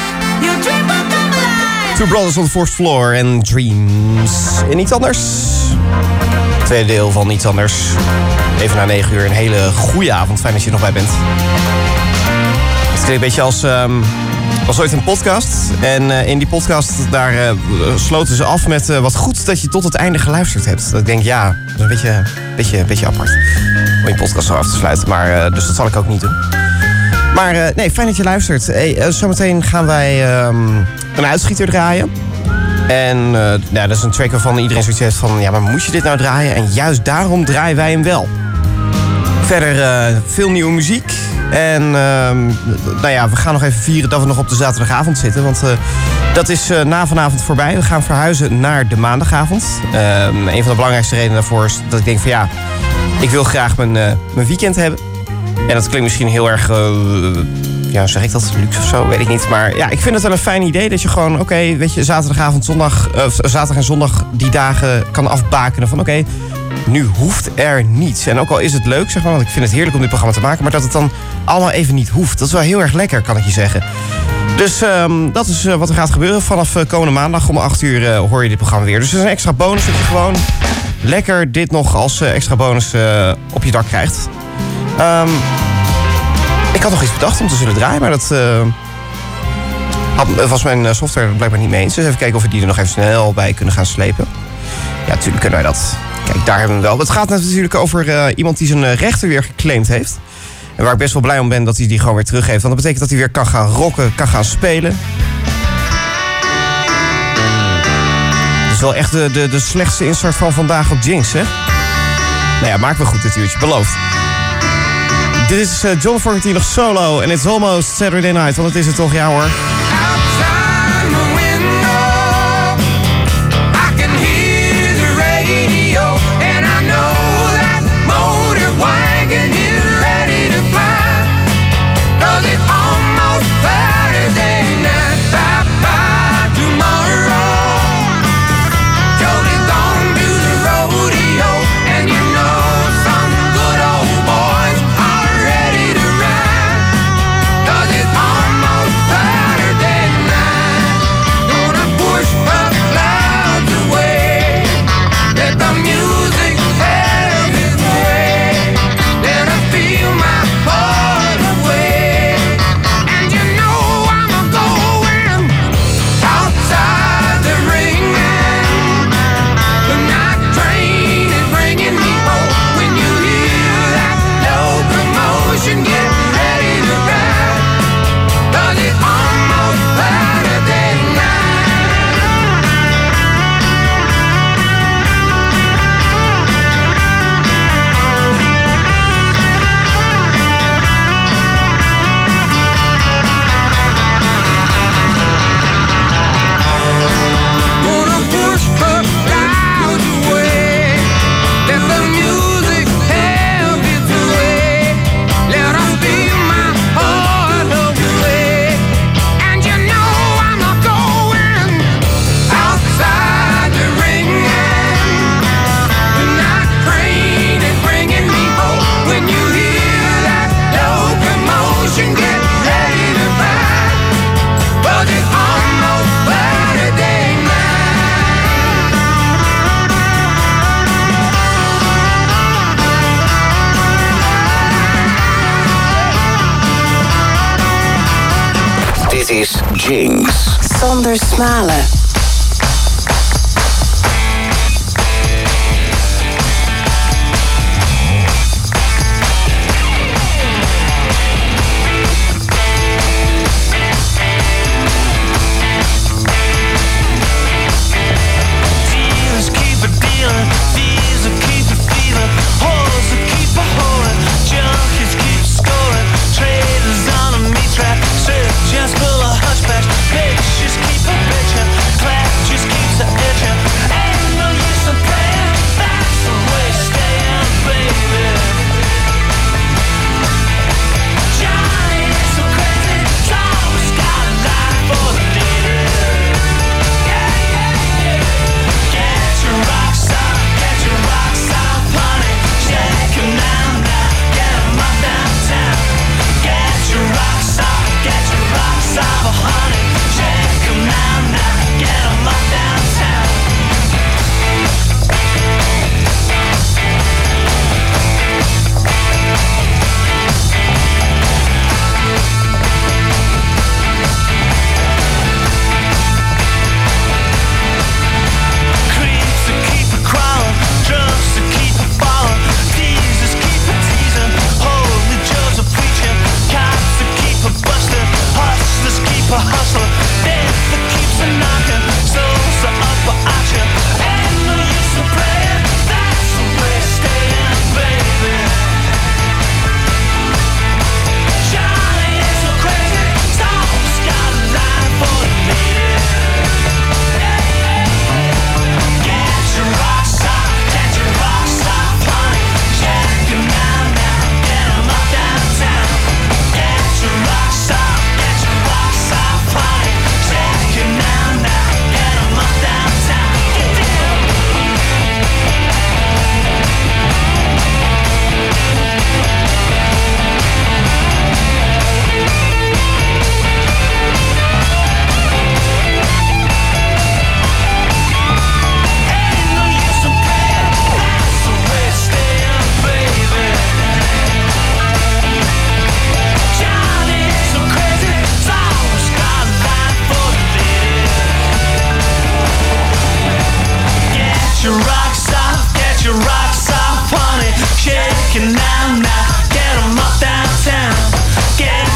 Two Brothers on the Fourth Floor en Dreams. En iets anders. Tweede deel van Iets Anders. Even na 9 uur. Een hele goede avond. Fijn dat je er nog bij bent. Het klinkt een beetje als... was ooit een podcast. En in die podcast daar sloten ze af met... wat goed dat je tot het einde geluisterd hebt. Dat ik denk, ja, dat is een beetje apart. Om je podcast zo af te sluiten. Maar, dus dat zal ik ook niet doen. Maar nee, fijn dat je luistert. Hey, zometeen gaan wij een uitschieter draaien. En dat is een track waarvan iedereen zoiets heeft van... ja, maar moet je dit nou draaien? En juist daarom draaien wij hem wel. Verder veel nieuwe muziek. En we gaan nog even vieren dat we nog op de zaterdagavond zitten. Want dat is na vanavond voorbij. We gaan verhuizen naar de maandagavond. Een van de belangrijkste redenen daarvoor is dat ik denk van ja... ik wil graag mijn weekend hebben. En dat klinkt misschien heel erg... zeg ik dat? Luxe of zo? Weet ik niet. Maar ja, ik vind het wel een fijn idee dat je gewoon... oké, weet je, zaterdagavond, zondag... zaterdag en zondag die dagen kan afbakenen van... oké, nu hoeft er niets. En ook al is het leuk, zeg maar... want ik vind het heerlijk om dit programma te maken... maar dat het dan allemaal even niet hoeft. Dat is wel heel erg lekker, kan ik je zeggen. Dus dat is wat er gaat gebeuren. Vanaf komende maandag om 8 uur hoor je dit programma weer. Dus het is een extra bonus dat je gewoon... lekker dit nog als extra bonus op je dak krijgt. Ik had nog iets bedacht om te zullen draaien, maar dat was mijn software blijkbaar niet mee eens. Dus even kijken of we die er nog even snel bij kunnen gaan slepen. Ja, natuurlijk kunnen wij dat. Kijk, daar hebben we hem wel. Het gaat natuurlijk over iemand die zijn rechten weer geclaimd heeft. En waar ik best wel blij om ben dat hij die gewoon weer teruggeeft. Want dat betekent dat hij weer kan gaan rocken, kan gaan spelen. Dat is wel echt de slechtste instart van vandaag op Jinx, hè? Nou ja, maken we goed dit uurtje, beloofd. Dit is John Fogerty nog solo en it's almost Saturday night, want het is het toch, ja hoor. Dit is Jinx. Sander Smalen. Just full of hushbacks, bitches keep a bitchin'.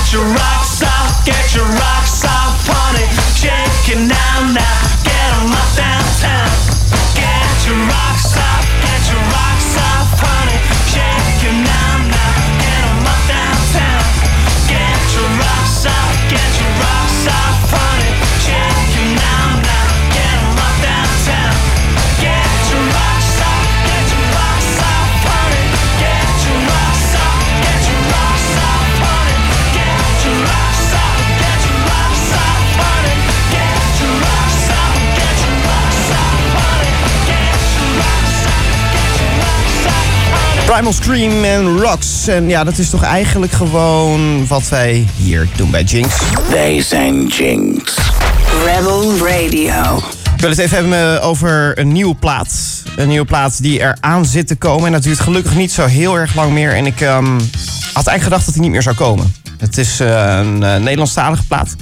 Get your rocks off, get your rocks off, honey. Shake it now, now, get 'em up downtown. Get your rocks off, get your rocks off, honey. Shake it now, now, get 'em up downtown. Get your rocks off, get your rocks off, honey. Shake it now, now, get 'em up downtown. Get your rocks off, get your rocks off, honey. Get your rocks off, get your rocks off, honey. Get your rocks off, get your rocks off, honey. Get your rocks off, get your rocks off, honey. Get your rocks off, get your rocks off, honey. Primal Scream en Rocks. En ja, dat is toch eigenlijk gewoon wat wij hier doen bij Jinx. Wij zijn Jinx. Rebel Radio. Ik wil het even hebben over een nieuwe plaat. Een nieuwe plaat die eraan zit te komen. En dat duurt gelukkig niet zo heel erg lang meer. En ik had eigenlijk gedacht dat hij niet meer zou komen. Het is een Nederlandstalige plaat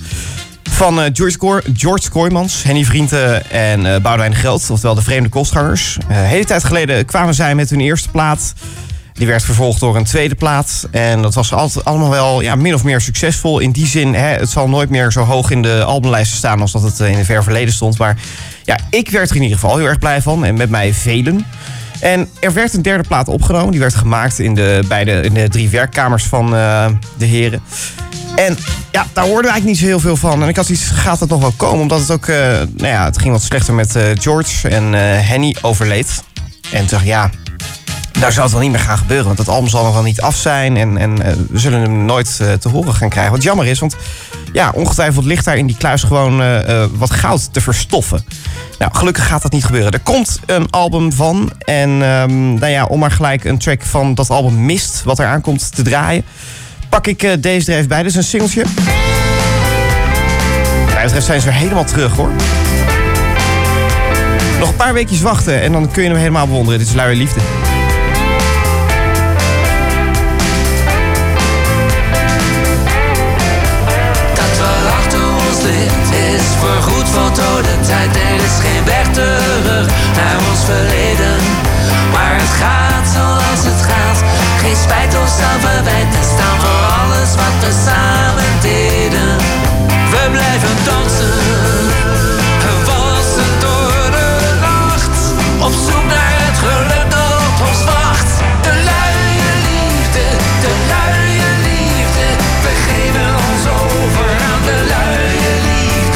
van George Kooijmans, Henny Vrienden en Boudewijn de Groot. Oftewel de Vreemde Kostgangers. Een hele tijd geleden kwamen zij met hun eerste plaat. Die werd vervolgd door een tweede plaat. En dat was altijd allemaal wel min of meer succesvol. In die zin, het zal nooit meer zo hoog in de albumlijsten staan als dat het in het ver verleden stond. Maar ja, ik werd er in ieder geval heel erg blij van. En met mij velen. En er werd een derde plaat opgenomen. Die werd gemaakt in de 3 werkkamers van de heren. En ja, daar hoorden we eigenlijk niet zo heel veel van. En ik had iets, gaat dat nog wel komen? Omdat het ook, het ging wat slechter met George en Henny overleed. En toen dacht ik, ja, daar zou het wel niet meer gaan gebeuren. Want het album zal nog wel niet af zijn. En we zullen hem nooit te horen gaan krijgen. Wat jammer is, want ja, ongetwijfeld ligt daar in die kluis gewoon wat goud te verstoffen. Nou, gelukkig gaat dat niet gebeuren. Er komt een album van. En om maar gelijk een track van dat album Mist, wat eraan komt, te draaien, pak ik deze er even bij. Dit is een singeltje. Wat mij betreft zijn ze weer helemaal terug, hoor. Nog een paar weekjes wachten en dan kun je hem helemaal bewonderen. Dit is Luie Liefde. Is voorgoed voltooid, de tijd, er is geen weg terug naar ons verleden. Maar het gaat zoals het gaat, geen spijt of zelfverwijt. En staan voor alles wat we samen deden. We blijven dansen, gewalsen door de nacht, op zoek naar het geluk dat op ons wacht. De luie liefde, we geven ons over aan de luie liefde.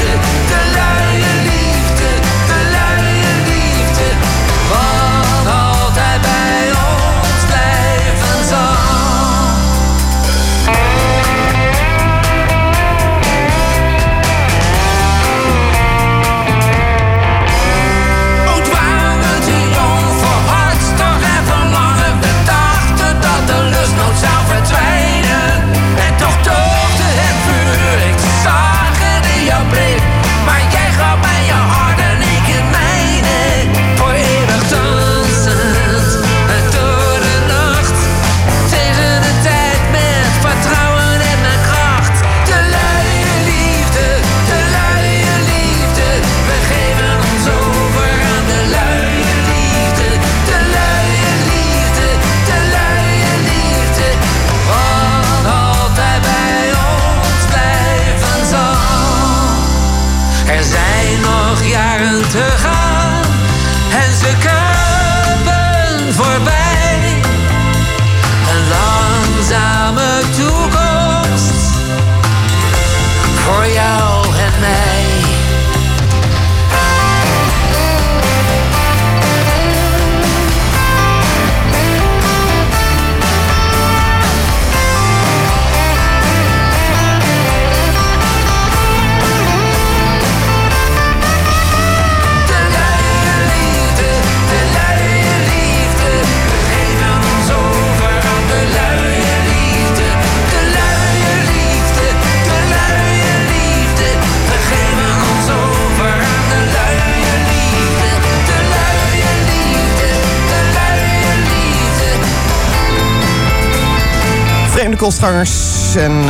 Kostgangers en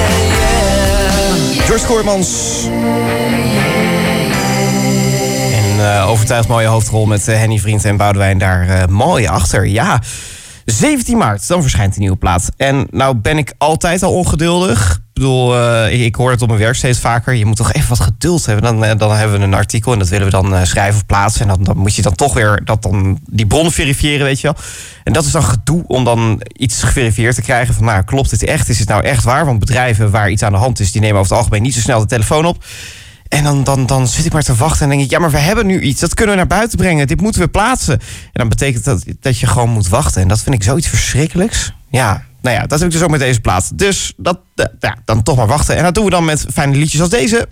George Kooijmans en Een overtuigd mooie hoofdrol met Henny Vriend en Boudewijn daar mooi achter. Ja, 17 maart, dan verschijnt die nieuwe plaat. En nou ben ik altijd al ongeduldig. Ik bedoel, ik hoor het op mijn werk steeds vaker. Je moet toch even wat geduld hebben. Dan hebben we een artikel en dat willen we dan schrijven of plaatsen. En dan moet je dan toch weer die bronnen verifiëren, weet je wel. En dat is dan gedoe om dan iets geverifieerd te krijgen. Van nou, klopt dit echt? Is het nou echt waar? Want bedrijven waar iets aan de hand is, die nemen over het algemeen niet zo snel de telefoon op. En dan zit ik maar te wachten en denk ik, ja, maar we hebben nu iets. Dat kunnen we naar buiten brengen. Dit moeten we plaatsen. En dan betekent dat je gewoon moet wachten. En dat vind ik zoiets verschrikkelijks. Ja, nou ja, dat heb ik dus ook met deze plaat. Dus dan toch maar wachten. En dat doen we dan met fijne liedjes als deze.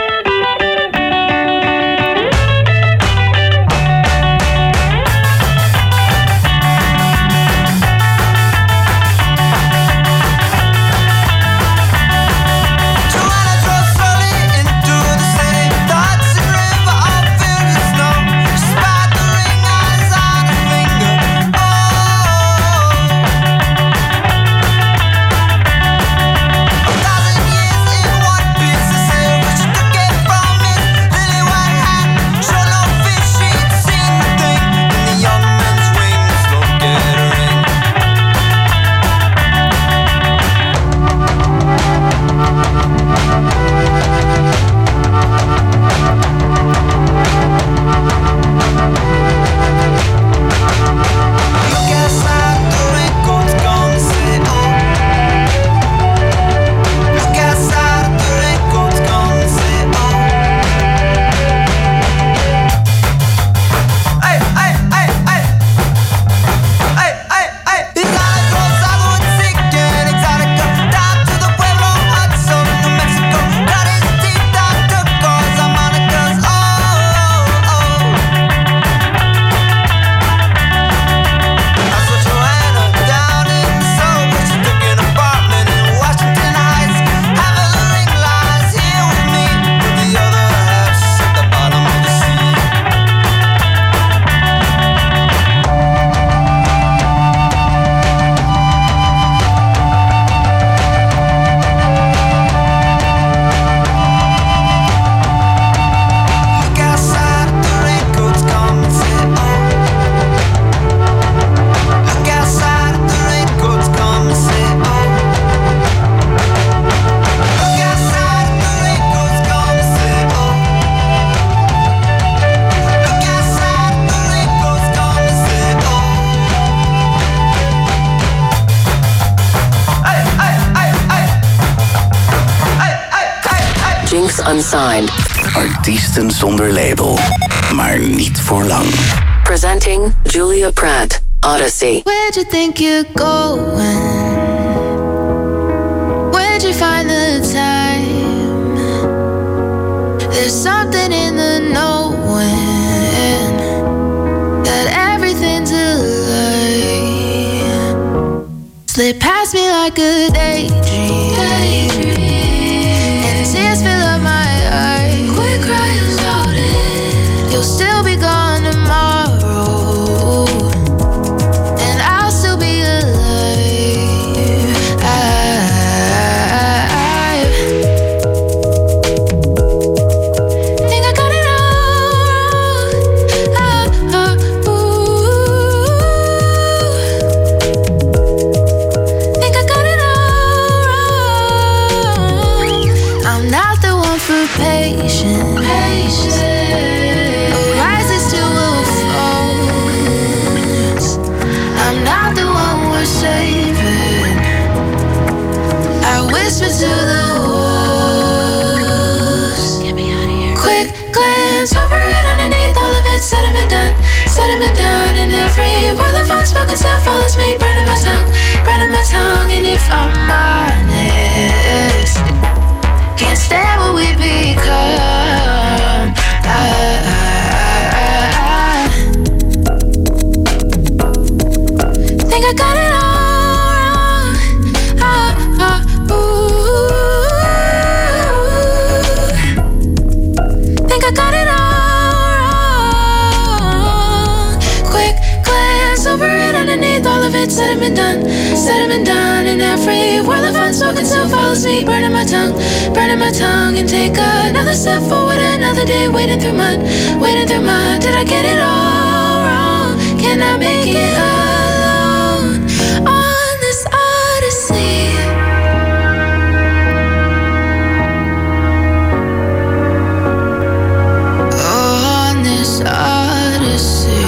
Unsigned. Artiesten zonder label, maar niet voor lang. Presenting Julia Pratt, Odyssey. Where'd you think you're going? Where'd you find the time? There's something in the knowing that everything's a lie. Slip past me like a daydream. And tears fill up my eyes. Quit crying about it. You'll still be gone tomorrow, and I'll still be alive. Think I got it all wrong. Think I got it all wrong. I'm not the one for patience. Whisper to the walls. Get me out of here. Quick glance over it, underneath all of it. Sediment done, sediment down. And every word the phone spoken self follows me, burning my tongue, burning my tongue. And if I'm honest, can't stand what we become. Think I got it all. I got it all wrong. Quick glance over it, underneath all of it. it, said it and done, said it and done. And every word of unspoken still follows me, burning my tongue, and take another step forward, another day, wading through mud. Did I get it all wrong? Can I make it alone on this odyssey? On this odyssey.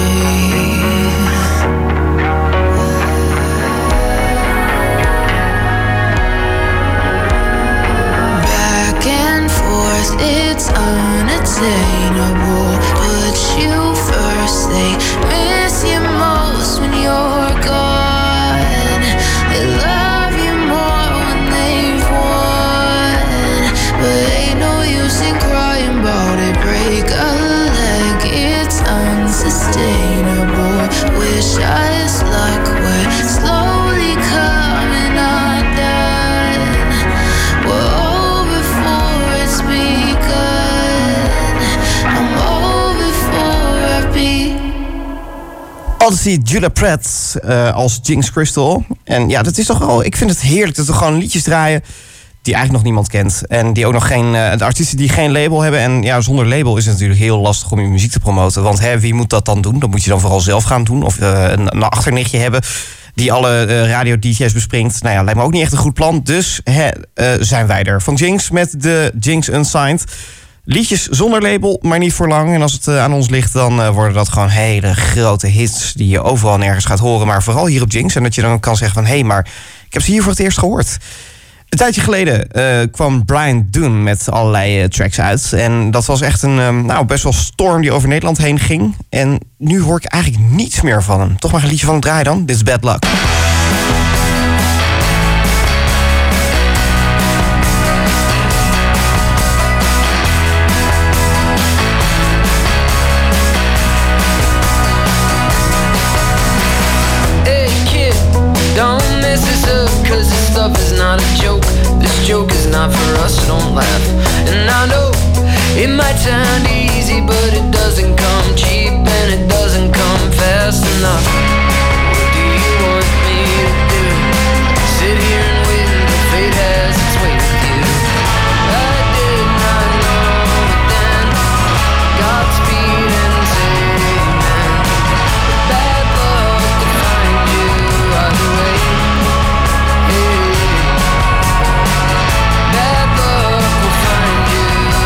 Back and forth, it's unattainable. Put you first, they miss you most when you're gone. They love you more when they've won. But ain't no use in crying about it. Break a leg, it's unsustainable. Wish us luck, we're slowly coming undone. We're over for it's begun. I'm over for a beat. Odyssey, Julia Pratt als Jinx Crystal. En ja, dat is toch wel... Ik vind het heerlijk dat we gewoon liedjes draaien die eigenlijk nog niemand kent. En die ook nog geen... de artiesten die geen label hebben. En ja, zonder label is het natuurlijk heel lastig om je muziek te promoten. Want wie moet dat dan doen? Dat moet je dan vooral zelf gaan doen. Of een achternichtje hebben die alle radio-dj's bespringt. Nou ja, lijkt me ook niet echt een goed plan. Dus zijn wij er van Jinx met de Jinx Unsigned. Liedjes zonder label, maar niet voor lang. En als het aan ons ligt, dan worden dat gewoon hele grote hits die je overal nergens gaat horen. Maar vooral hier op Jinx. En dat je dan kan zeggen van, hé, maar ik heb ze hier voor het eerst gehoord. Een tijdje geleden kwam Brian Dunn met allerlei tracks uit. En dat was echt een best wel storm die over Nederland heen ging. En nu hoor ik eigenlijk niets meer van hem. Toch maar een liedje van hem draaien dan. Dit is Bad Luck. Don't mess this up, cause this stuff is not a joke. This joke is not for us, so don't laugh. And I know it might sound easy, but it doesn't come cheap, and it doesn't come fast enough. What do you want me to do? Sit here and wait until fate has its way with you. I did not know it then. Godspeed and say amen. Bad luck to find you either way. Bad luck will find you.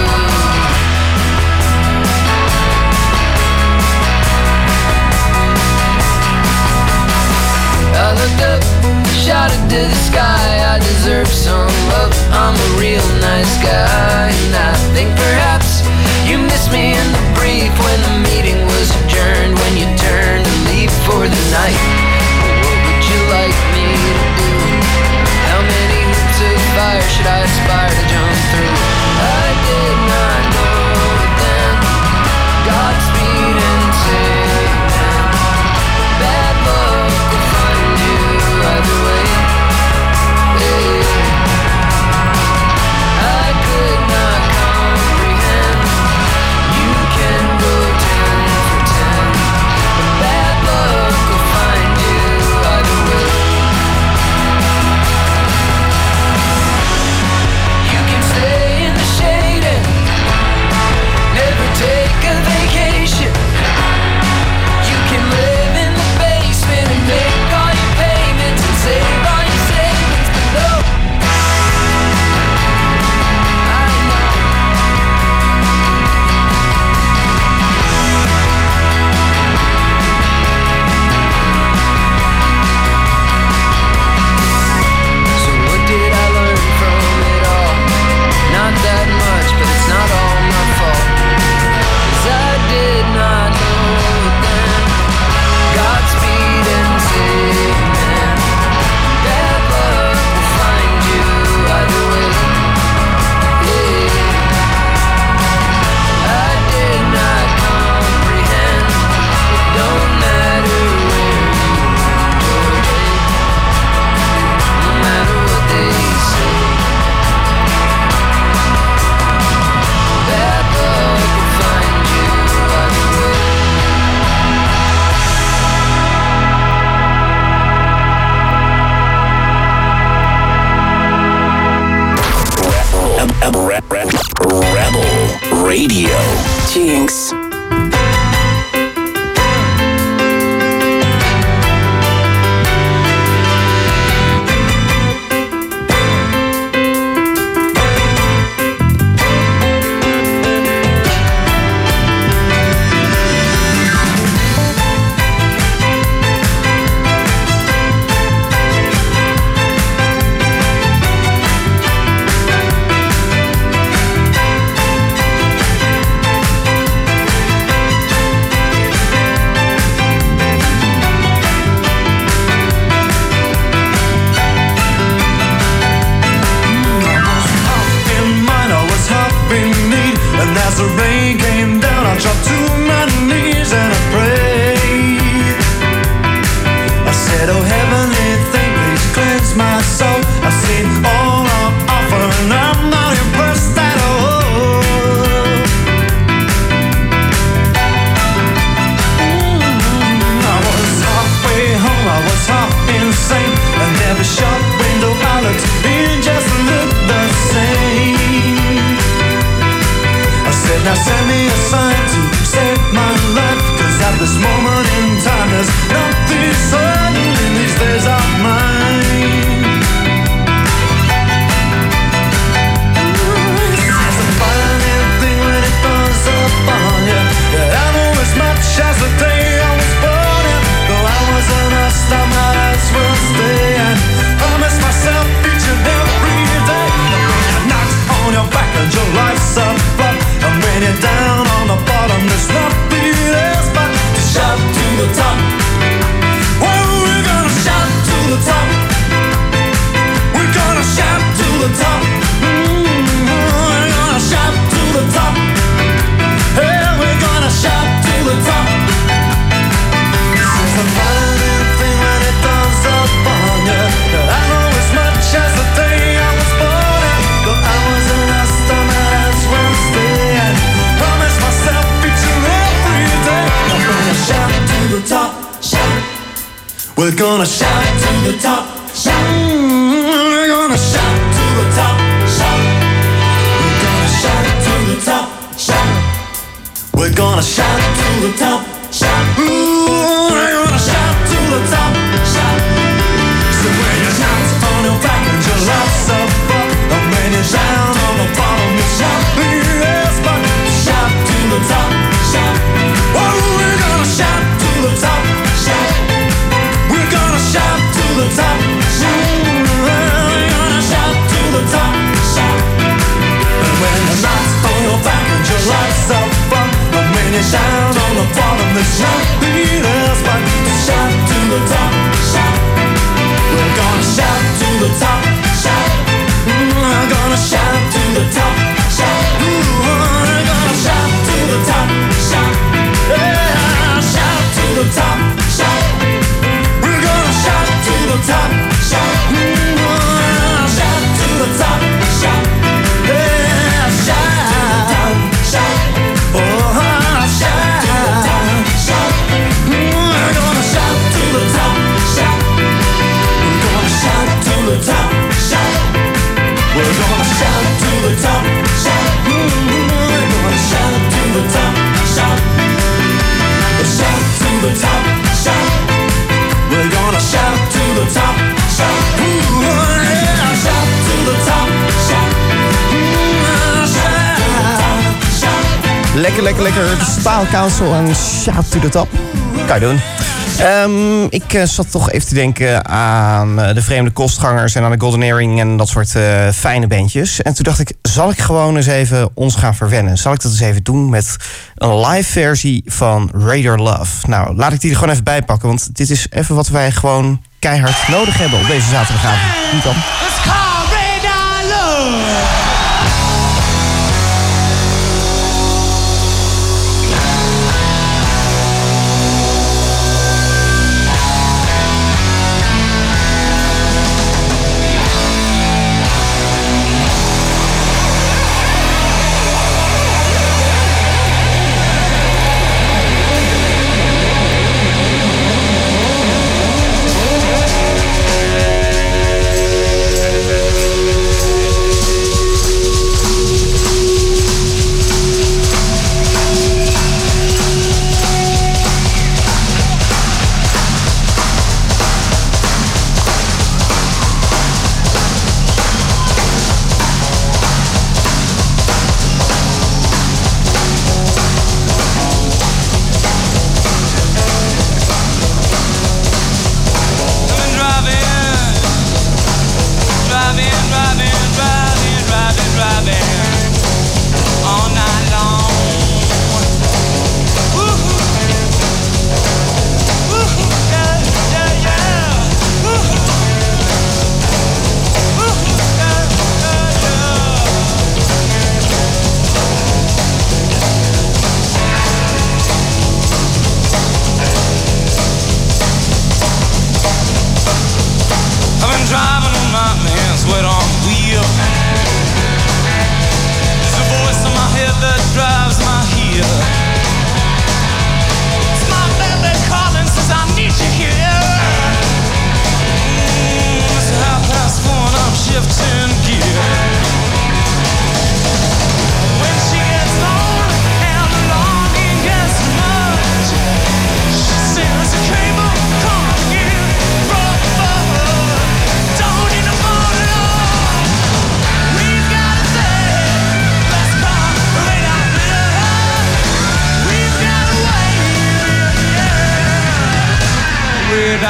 I looked up, shouted to the sky, I deserve some love, I'm a real nice guy. And I think perhaps you missed me in the brief when the meeting was adjourned, when you turned to leave for the night. What would you like me to do? How many hoops of fire should I aspire to jump through? I did not know it then. Godspeed and say amen. Bad luck will find you either way. I could not comprehend. You can go 10 for 10. Bad luck will find you. Rebel Radio. Jinx. As the rain came down, I dropped to my knees and I prayed. I said, oh heavenly thing, please cleanse my soul. I've seen all I'm offering, I'm not impressed at all. I was halfway home, I was half insane, and every shop window I looked in just looked the same. Now send me a sign to save my life, 'cause at this moment in time there's nothing certain in these days of mine. It's a funny thing when it goes up on you. Yeah, I know as much as the day I was born, yeah. Though I wasn't a star, my eyes will stay. And I miss myself each and every day. And when you're knocked on your back and your life's up front, and when you're down on the bottom, there's nothing else but to shout to the top. Oh, we're gonna shout to the top. We're gonna shout to the top. We're gonna shout to the top. Hey, we're gonna shout to the top. It's a funny thing when it comes up on you. I know as much as the day I was born, though I wasn't a star, my eyes will stay. Promise myself each and every day, I'm gonna shout to the top, shout. We're gonna shout to the top, shout. We're gonna shout to the top, shout. We're gonna shout to the top, shout. We're gonna shout to the top, shout. Ooh, we're gonna shout to the top, shout. So when you're knocked on your back and your life's up front, and when you're down on the bottom, you shout. Yes, but shout to the top, shout. Oh, we're gonna shout to the top, shout. We're gonna shout to the top, shout. We're gonna shout to the top, shout. And when you're knocked on your back and your life's up front, and when you're down on the bottom, there's nothing else but to shout to the top, shout. We're gonna shout to the top, shout. We're gonna shout to the top, shout. We're gonna shout to the top, shout. Yeah, shout to the top, shout. We're gonna shout to the top, shout. We're gonna shout to the top, shout. Yeah, shout, shout. Oh, shout, shout. We're gonna shout to the top, shout. We're gonna shout to the top, shout. We're gonna shout to the top, shout. We're gonna shout to the top, shout. Shout to the top, shout. We're gonna shout to the top, shout. Yeah, shout to the top, shout. Shout. Lekker, lekker, lekker. De Style Council en Shout to the Top. Kan je doen. Ik zat toch even te denken aan de Vreemde Kostgangers en aan de Golden Earring en dat soort fijne bandjes. En toen dacht ik, zal ik gewoon eens even ons gaan verwennen? Zal ik dat eens even doen met een live versie van Radar Love? Nou, laat ik die er gewoon even bij pakken, want dit is even wat wij gewoon keihard nodig hebben op deze zaterdagavond. Niet dan? It's called Radar Love.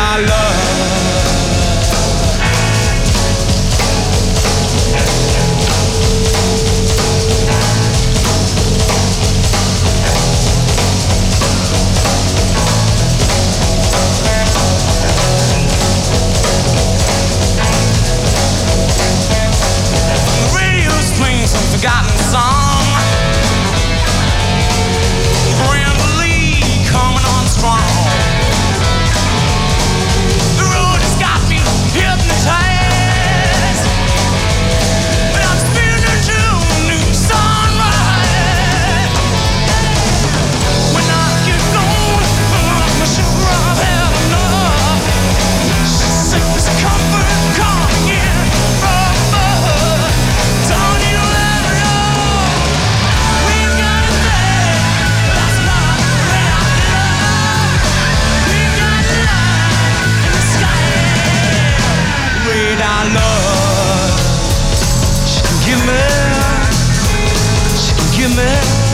our love. The radio's playing some forgotten song. Brenda Lee coming on strong. The road has got me hypnotized, but I'm spinning to a new sunrise. When I get gone, I'm sure I've had enough. Sickness, comfort, coming in from above. Don't you let it go. We got a thing, that's my way of love. We got light in the sky, with our love. She can give me, she can give me,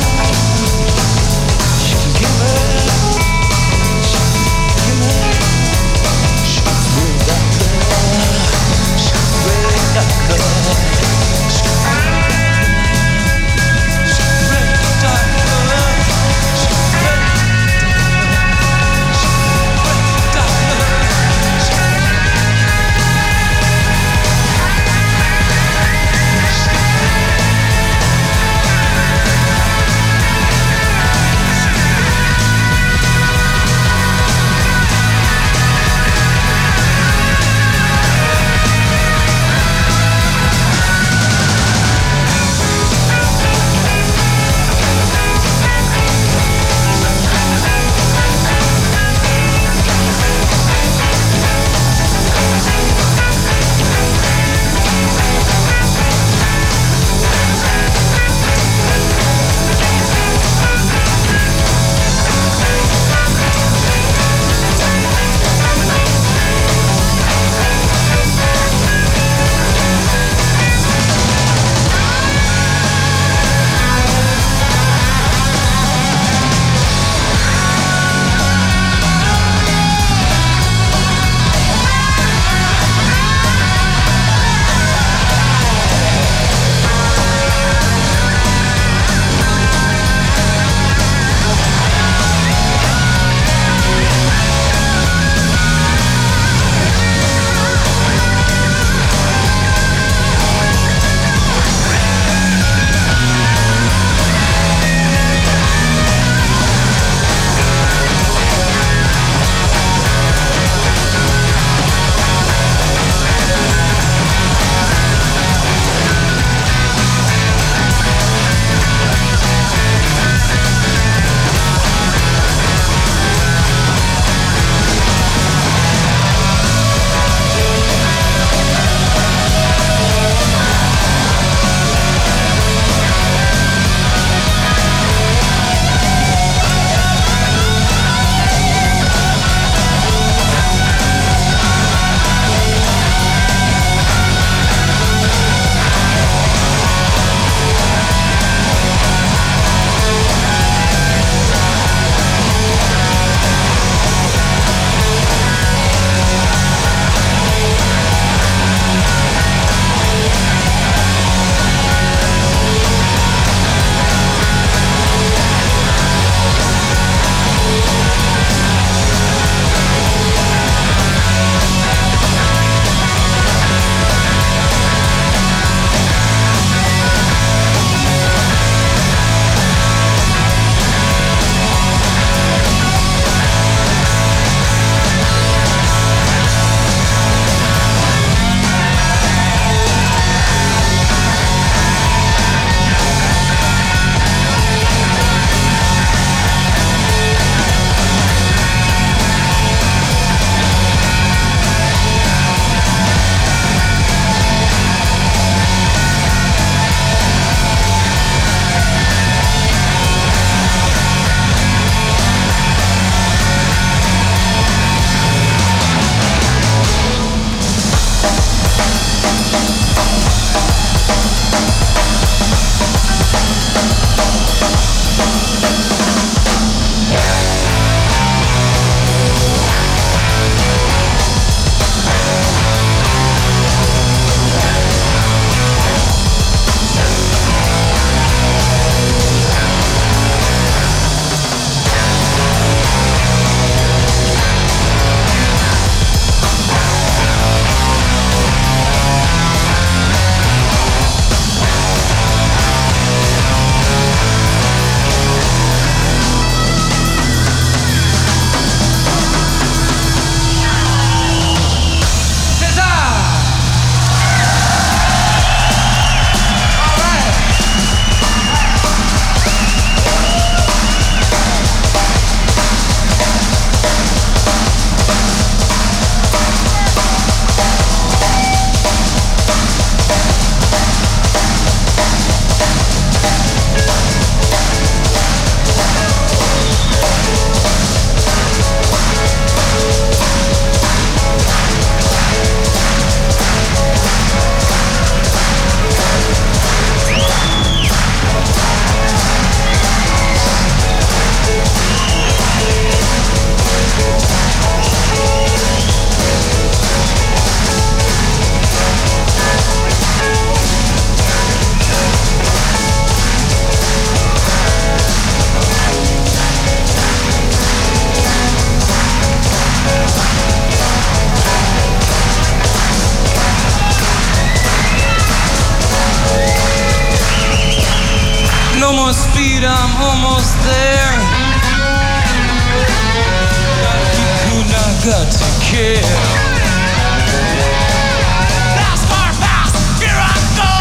she can give me, she can give me, she can bring that love, she can bring that love, she can bring that love, she can bring that love, she can bring that love, she can beat, I'm almost there. Gotta keep cool, now got to care. Fast, far, fast, here I go.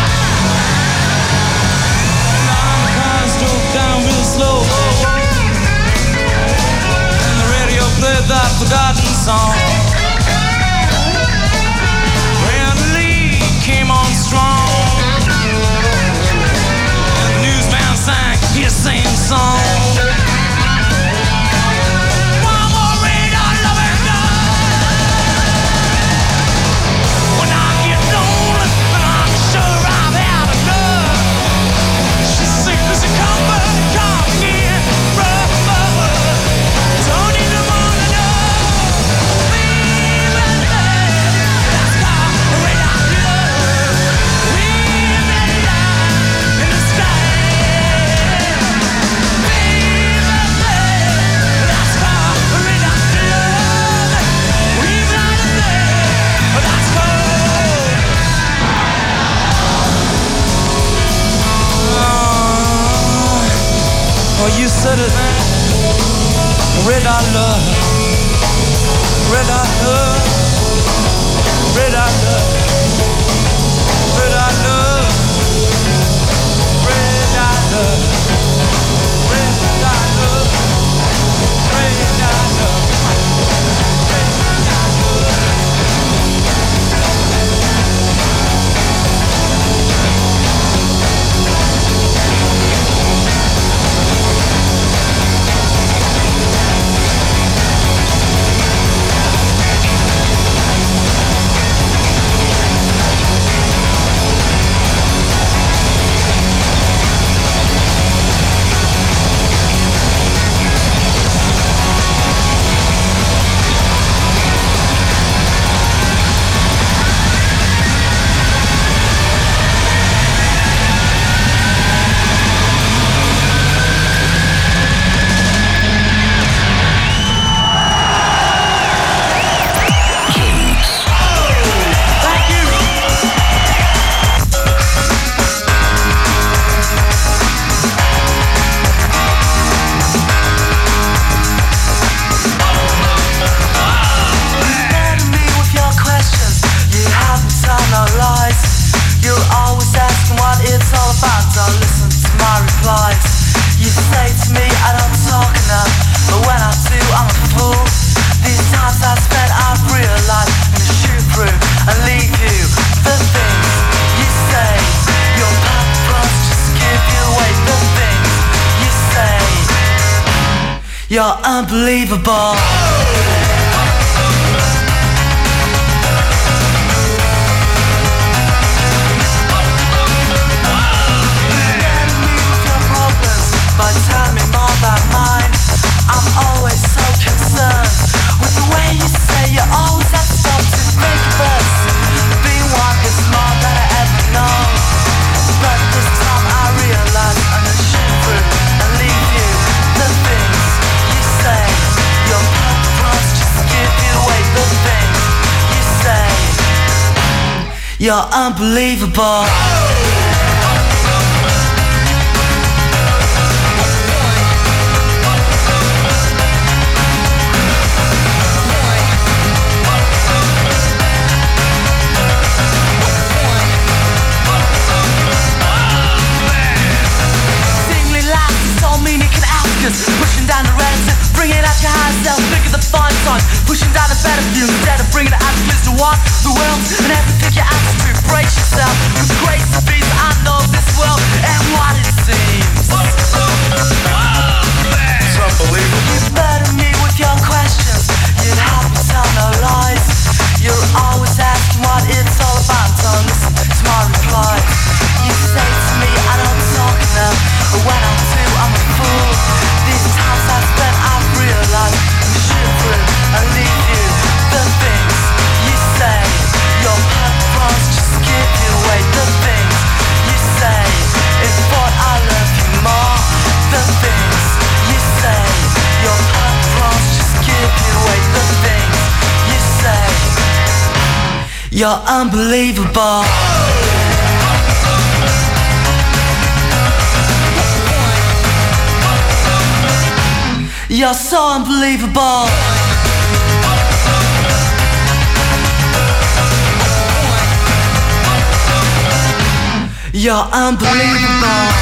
Now I'm kind of slowed down real slow. And the radio played that forgotten song. Came on strong, and the newsman sang his same song. One more rain on loving love. When I get lonely, and I'm sure I've had enough. She's sickness and comfort, coming in rough. Don't need no more than love. Baby, that's how rain on love. Well, you said it, red I love, red I love, red I love, red I love, red I love, red I love, red I love. You're unbelievable. By telling me more about mine, I'm always so concerned with the way you say you always have to stop to think of us. Being one is more than I ever know, but this time I realize I'm gonna shoot through and leave you. The things you say, your purpose just give you away. The things you say, you're unbelievable. Pushing down the relative, bring it out your higher self, figure the fun signs. Pushing down the better view instead of bringing it out to walk the world and everything you have to brace yourself. With grace and peace, I know this world and what it seems. It's unbelievable. You better me with your questions. You'd have me tell no lies. You're always asking what it's all about. Don't listen to my replies. You say to me I don't talk enough, but when I do, I'm a fool. These times I spent, I've realized I'm shit through and leave you. The things you say, your purpose just give you away. The things you say, it's what I love you more. The things you say, your purpose just give you away. The things you say, you're unbelievable. You're so unbelievable. You're unbelievable.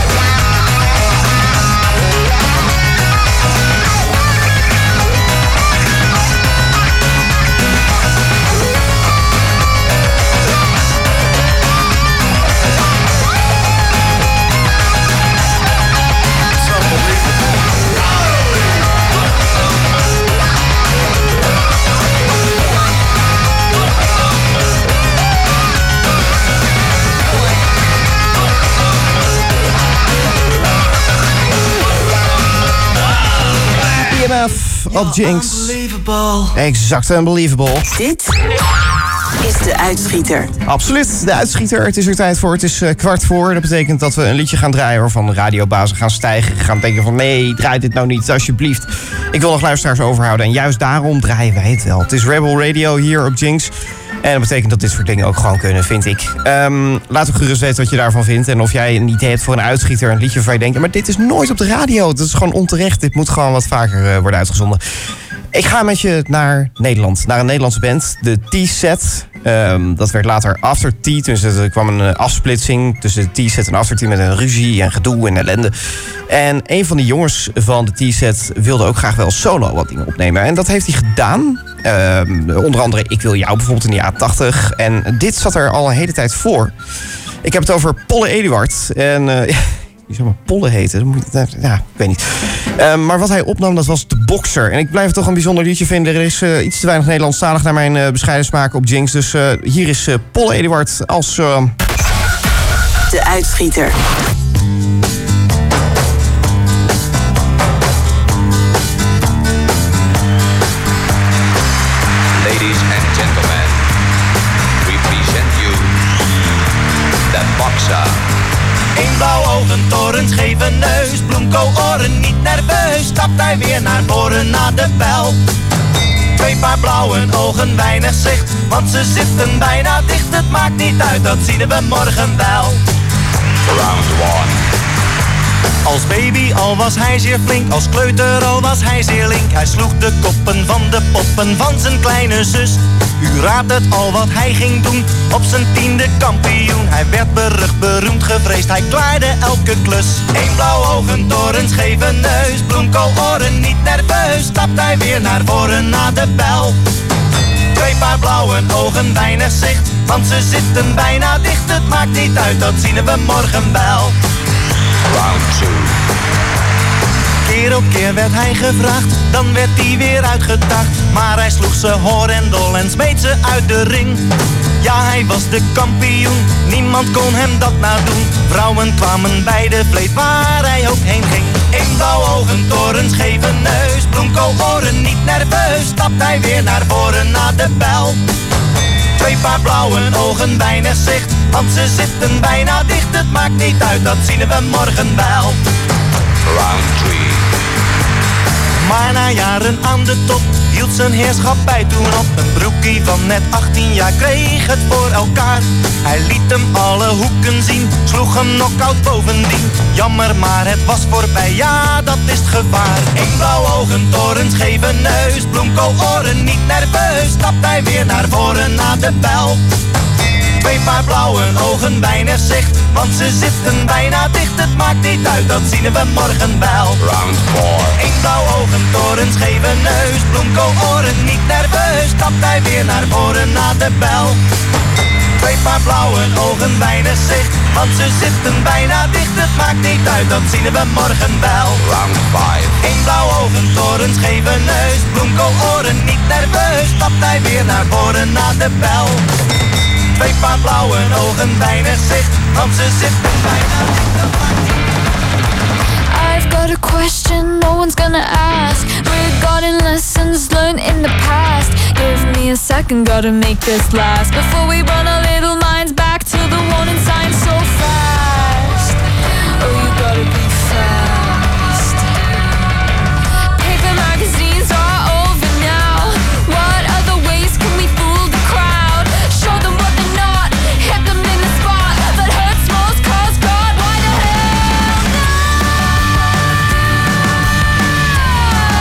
Op Jinx. Exact unbelievable. Dit is de uitschieter. Absoluut, de uitschieter. Het is er tijd voor. Het is 15:15. Dat betekent dat we een liedje gaan draaien waarvan de radiobazen gaan stijgen. Gaan denken van nee, draai dit nou niet, alsjeblieft. Ik wil nog luisteraars overhouden en juist daarom draaien wij het wel. Het is Rebel Radio hier op Jinx. En dat betekent dat dit soort dingen ook gewoon kunnen, vind ik. Laat ook gerust weten wat je daarvan vindt. En of jij een idee hebt voor een uitschieter, een liedje waarvan je denkt... maar dit is nooit op de radio, dat is gewoon onterecht. Dit moet gewoon wat vaker worden uitgezonden. Ik ga met je naar Nederland, naar een Nederlandse band, de T-Set. Dat werd later After T, dus er kwam een afsplitsing tussen de T-Set en After T... met een ruzie en gedoe en ellende. En een van de jongens van de T-Set wilde ook graag wel solo wat dingen opnemen. En dat heeft hij gedaan. Onder andere Ik Wil Jou bijvoorbeeld in de jaren 80. En dit zat er al een hele tijd voor. Ik heb het over Polle Eduard. En die zou maar Polle heten. Ja, ik weet niet. Maar wat hij opnam, dat was De Boxer. En ik blijf het toch een bijzonder liedje vinden. Er is iets te weinig Nederlandstalig naar mijn bescheiden smaak op Jinx. Dus hier is Polle Eduard als... De uitschieter. Ladies and gentlemen, we present you The Boxer. Eén blauw oog, een torenscheve neus, bloemkool oren, niet nerveus. Stapt hij weer naar voren naar de bel. Twee paar blauwe ogen, weinig zicht, want ze zitten bijna dicht. Het maakt niet uit, dat zien we morgen wel. Round 1. Als baby al was hij zeer flink, als kleuter al was hij zeer link. Hij sloeg de koppen van de poppen van zijn kleine zus. U raadt het al wat hij ging doen, op zijn 10e kampioen. Hij werd berucht, beroemd, gevreesd, hij klaarde elke klus. Eén blauw oog, een torenscheve neus, bloemkool oren, niet nerveus. Stapt hij weer naar voren naar de bel. Twee paar blauwe ogen, weinig zicht, want ze zitten bijna dicht. Het maakt niet uit, dat zien we morgen wel. Round 2. Keer op keer werd hij gevraagd, dan werd hij weer uitgedaagd. Maar hij sloeg ze horendol en smeet ze uit de ring. Ja, hij was de kampioen, niemand kon hem dat nadoen. Vrouwen kwamen bij de vleet waar hij ook heen ging. Eén blauw oog, een torenscheve neus, bloemkool oren, niet nerveus. Stapt hij weer naar voren naar de bel. Twee paar blauwe ogen, weinig zicht, want ze zitten bijna dicht. Het maakt niet uit, dat zien we morgen wel. Round 3. Maar na jaren aan de top hield zijn heerschap bij toen op. Een broekie van net 18 jaar kreeg het voor elkaar. Hij liet hem alle hoeken zien, sloeg hem knock-out bovendien. Jammer, maar het was voorbij, ja, dat is het gevaar. Eén blauw oog, een torenscheve neus, bloemkool oren, niet nerveus. Stapt hij weer naar voren naar de bel. Twee paar blauwe ogen, weinig zicht, want ze zitten bijna dicht. Het maakt niet uit, dat zien we morgen wel. Round 4. Eén blauw oog, een torenscheve neus, bloemkool oren, niet nerveus. Stapt hij weer naar voren naar de bel. Twee paar blauwe ogen, weinig zicht, want ze zitten bijna dicht. Het maakt niet uit, dat zien we morgen wel. Round 5. Eén blauw oog, een torenscheve neus, bloemkool oren, niet nerveus. Stapt hij weer naar voren naar de bel. Twee paar blauwe ogen, weinig zicht, want ze zitten bijna dicht. I've got a question no one's gonna ask, regarding lessons learned in the past. Give me a second, gotta make this last, before we run our little minds back to the warning signs so fast. Oh, you gotta be fast. Paper magazines are over now. What other ways can we fool the crowd? Show them what they're not, hit them in the spot that hurts most, cause God, why the hell not?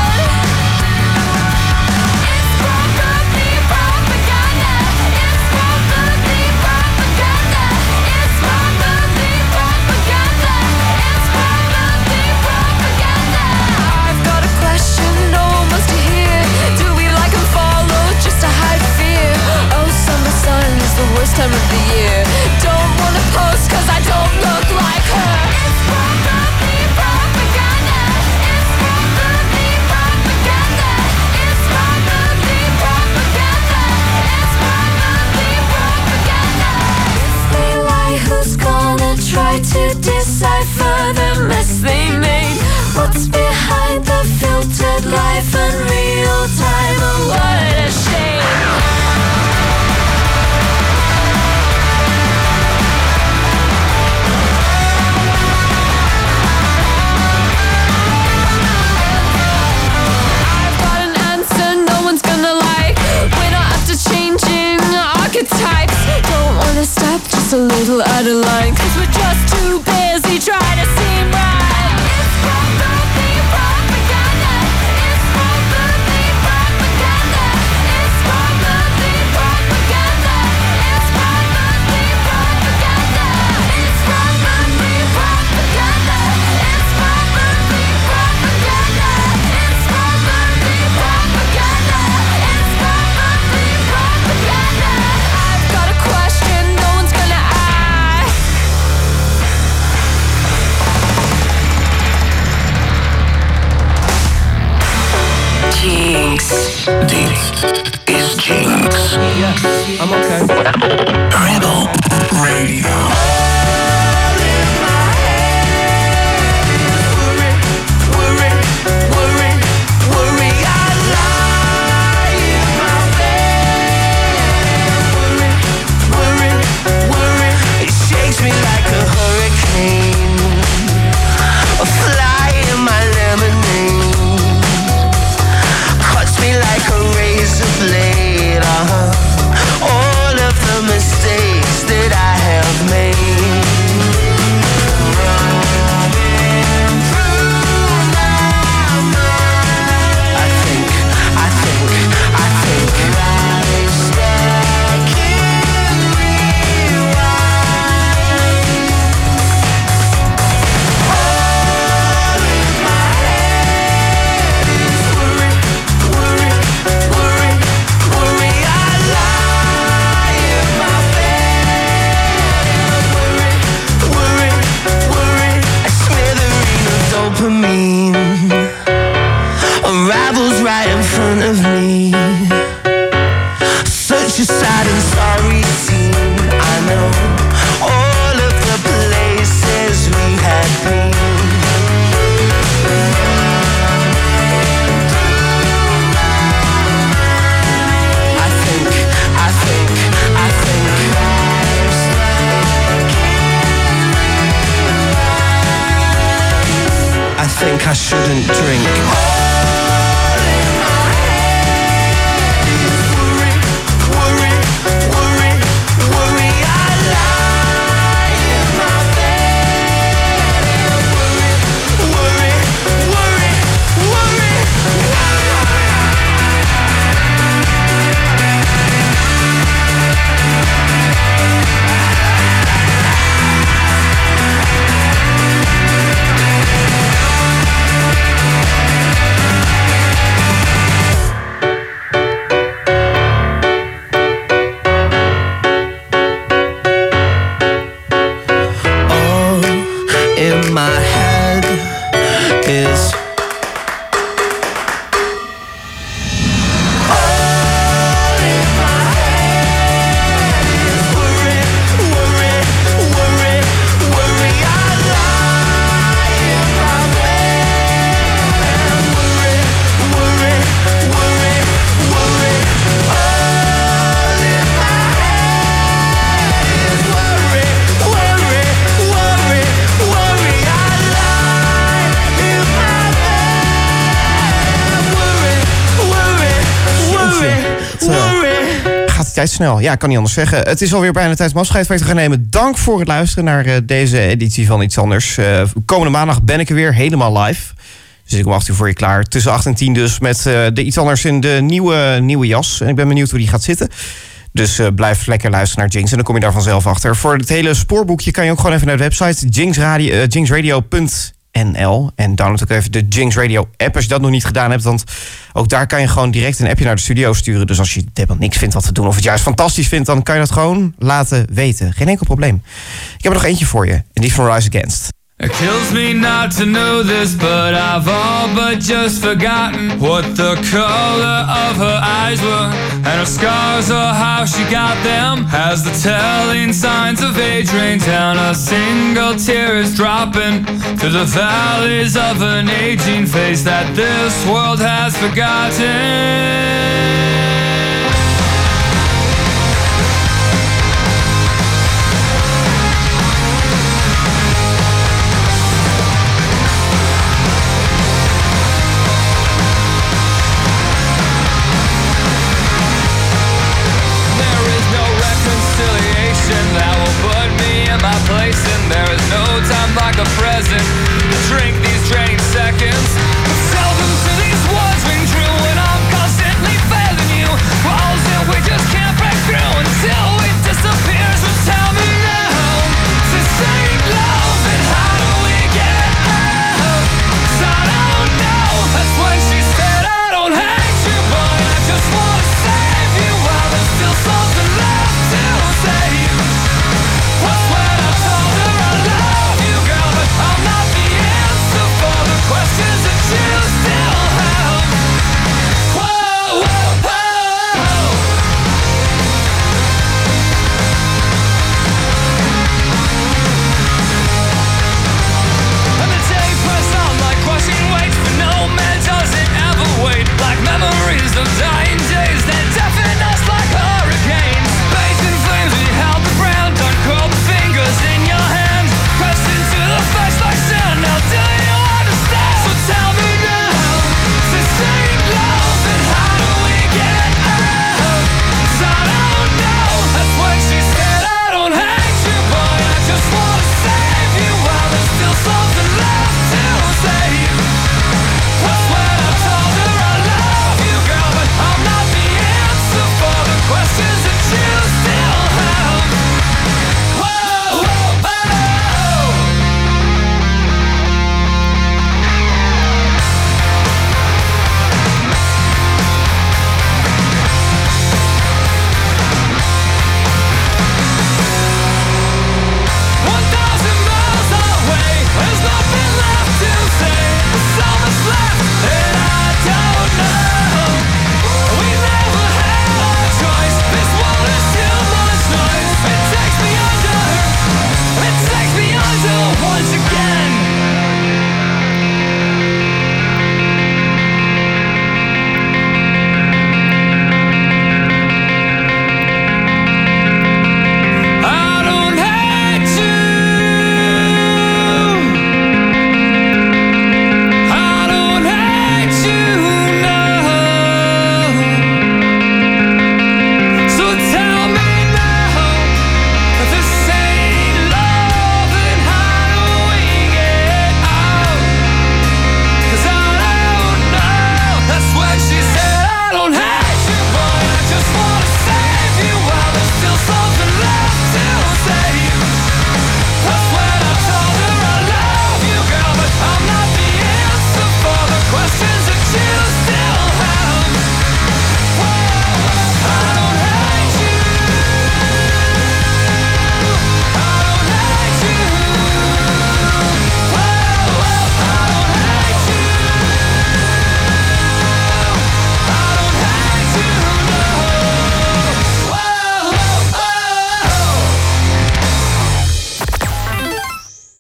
decipher the mess they made. What's behind the filtered life and real time? Oh, what a shame. Changing archetypes. Don't wanna step just a little out of line, 'cause we're just too busy trying to seem right. It's probably propaganda. It's probably propaganda. It's probably propaganda. It's probably propaganda. It's probably propaganda. It's probably propaganda. It's probably propaganda. It's probably propaganda. I've got a question no one's gonna ask. Jinx. Dit is Jinx. Yeah, I'm okay. Rebel Radio. Me like a hurricane, a fly in my lemonade, cuts me like a razor blade. All of the mistakes that I have made. Running through my mind. I think life's stuck in rewind. Arrivals right in front of me. Such a sad and sorry scene. I know all of the places we had been. I think life's stuck in rewind. I think I shouldn't drink. My head is all in my head is worry, worry, worry, worry. I lie in my bed. Worry, worry, worry, worry. All in my head is worry, worry, worry, worry. Gaat de tijd snel? Ja, ik kan niet anders zeggen. Het is alweer bijna tijd om afscheid van je te gaan nemen. Dank voor het luisteren naar deze editie van Iets Anders. Komende maandag ben ik er weer helemaal live. Dus ik om 8 uur voor je klaar. Tussen 8 en 10 dus met de Iets Anders in de nieuwe jas. En ik ben benieuwd hoe die gaat zitten. Dus blijf lekker luisteren naar Jinx en dan kom je daar vanzelf achter. Voor het hele spoorboekje kan je ook gewoon even naar de website jinxradio.nl en download ook even de Jinx Radio app als je dat nog niet gedaan hebt. Want ook daar kan je gewoon direct een appje naar de studio sturen. Dus als je helemaal niks vindt wat te doen of het juist fantastisch vindt, dan kan je dat gewoon laten weten. Geen enkel probleem. Ik heb er nog eentje voor je en die is van Rise Against. It kills me not to know this, but I've all but just forgotten what the color of her eyes were, and her scars or how she got them. As the telling signs of age rain down, a single tear is dropping through the valleys of an aging face that this world has forgotten.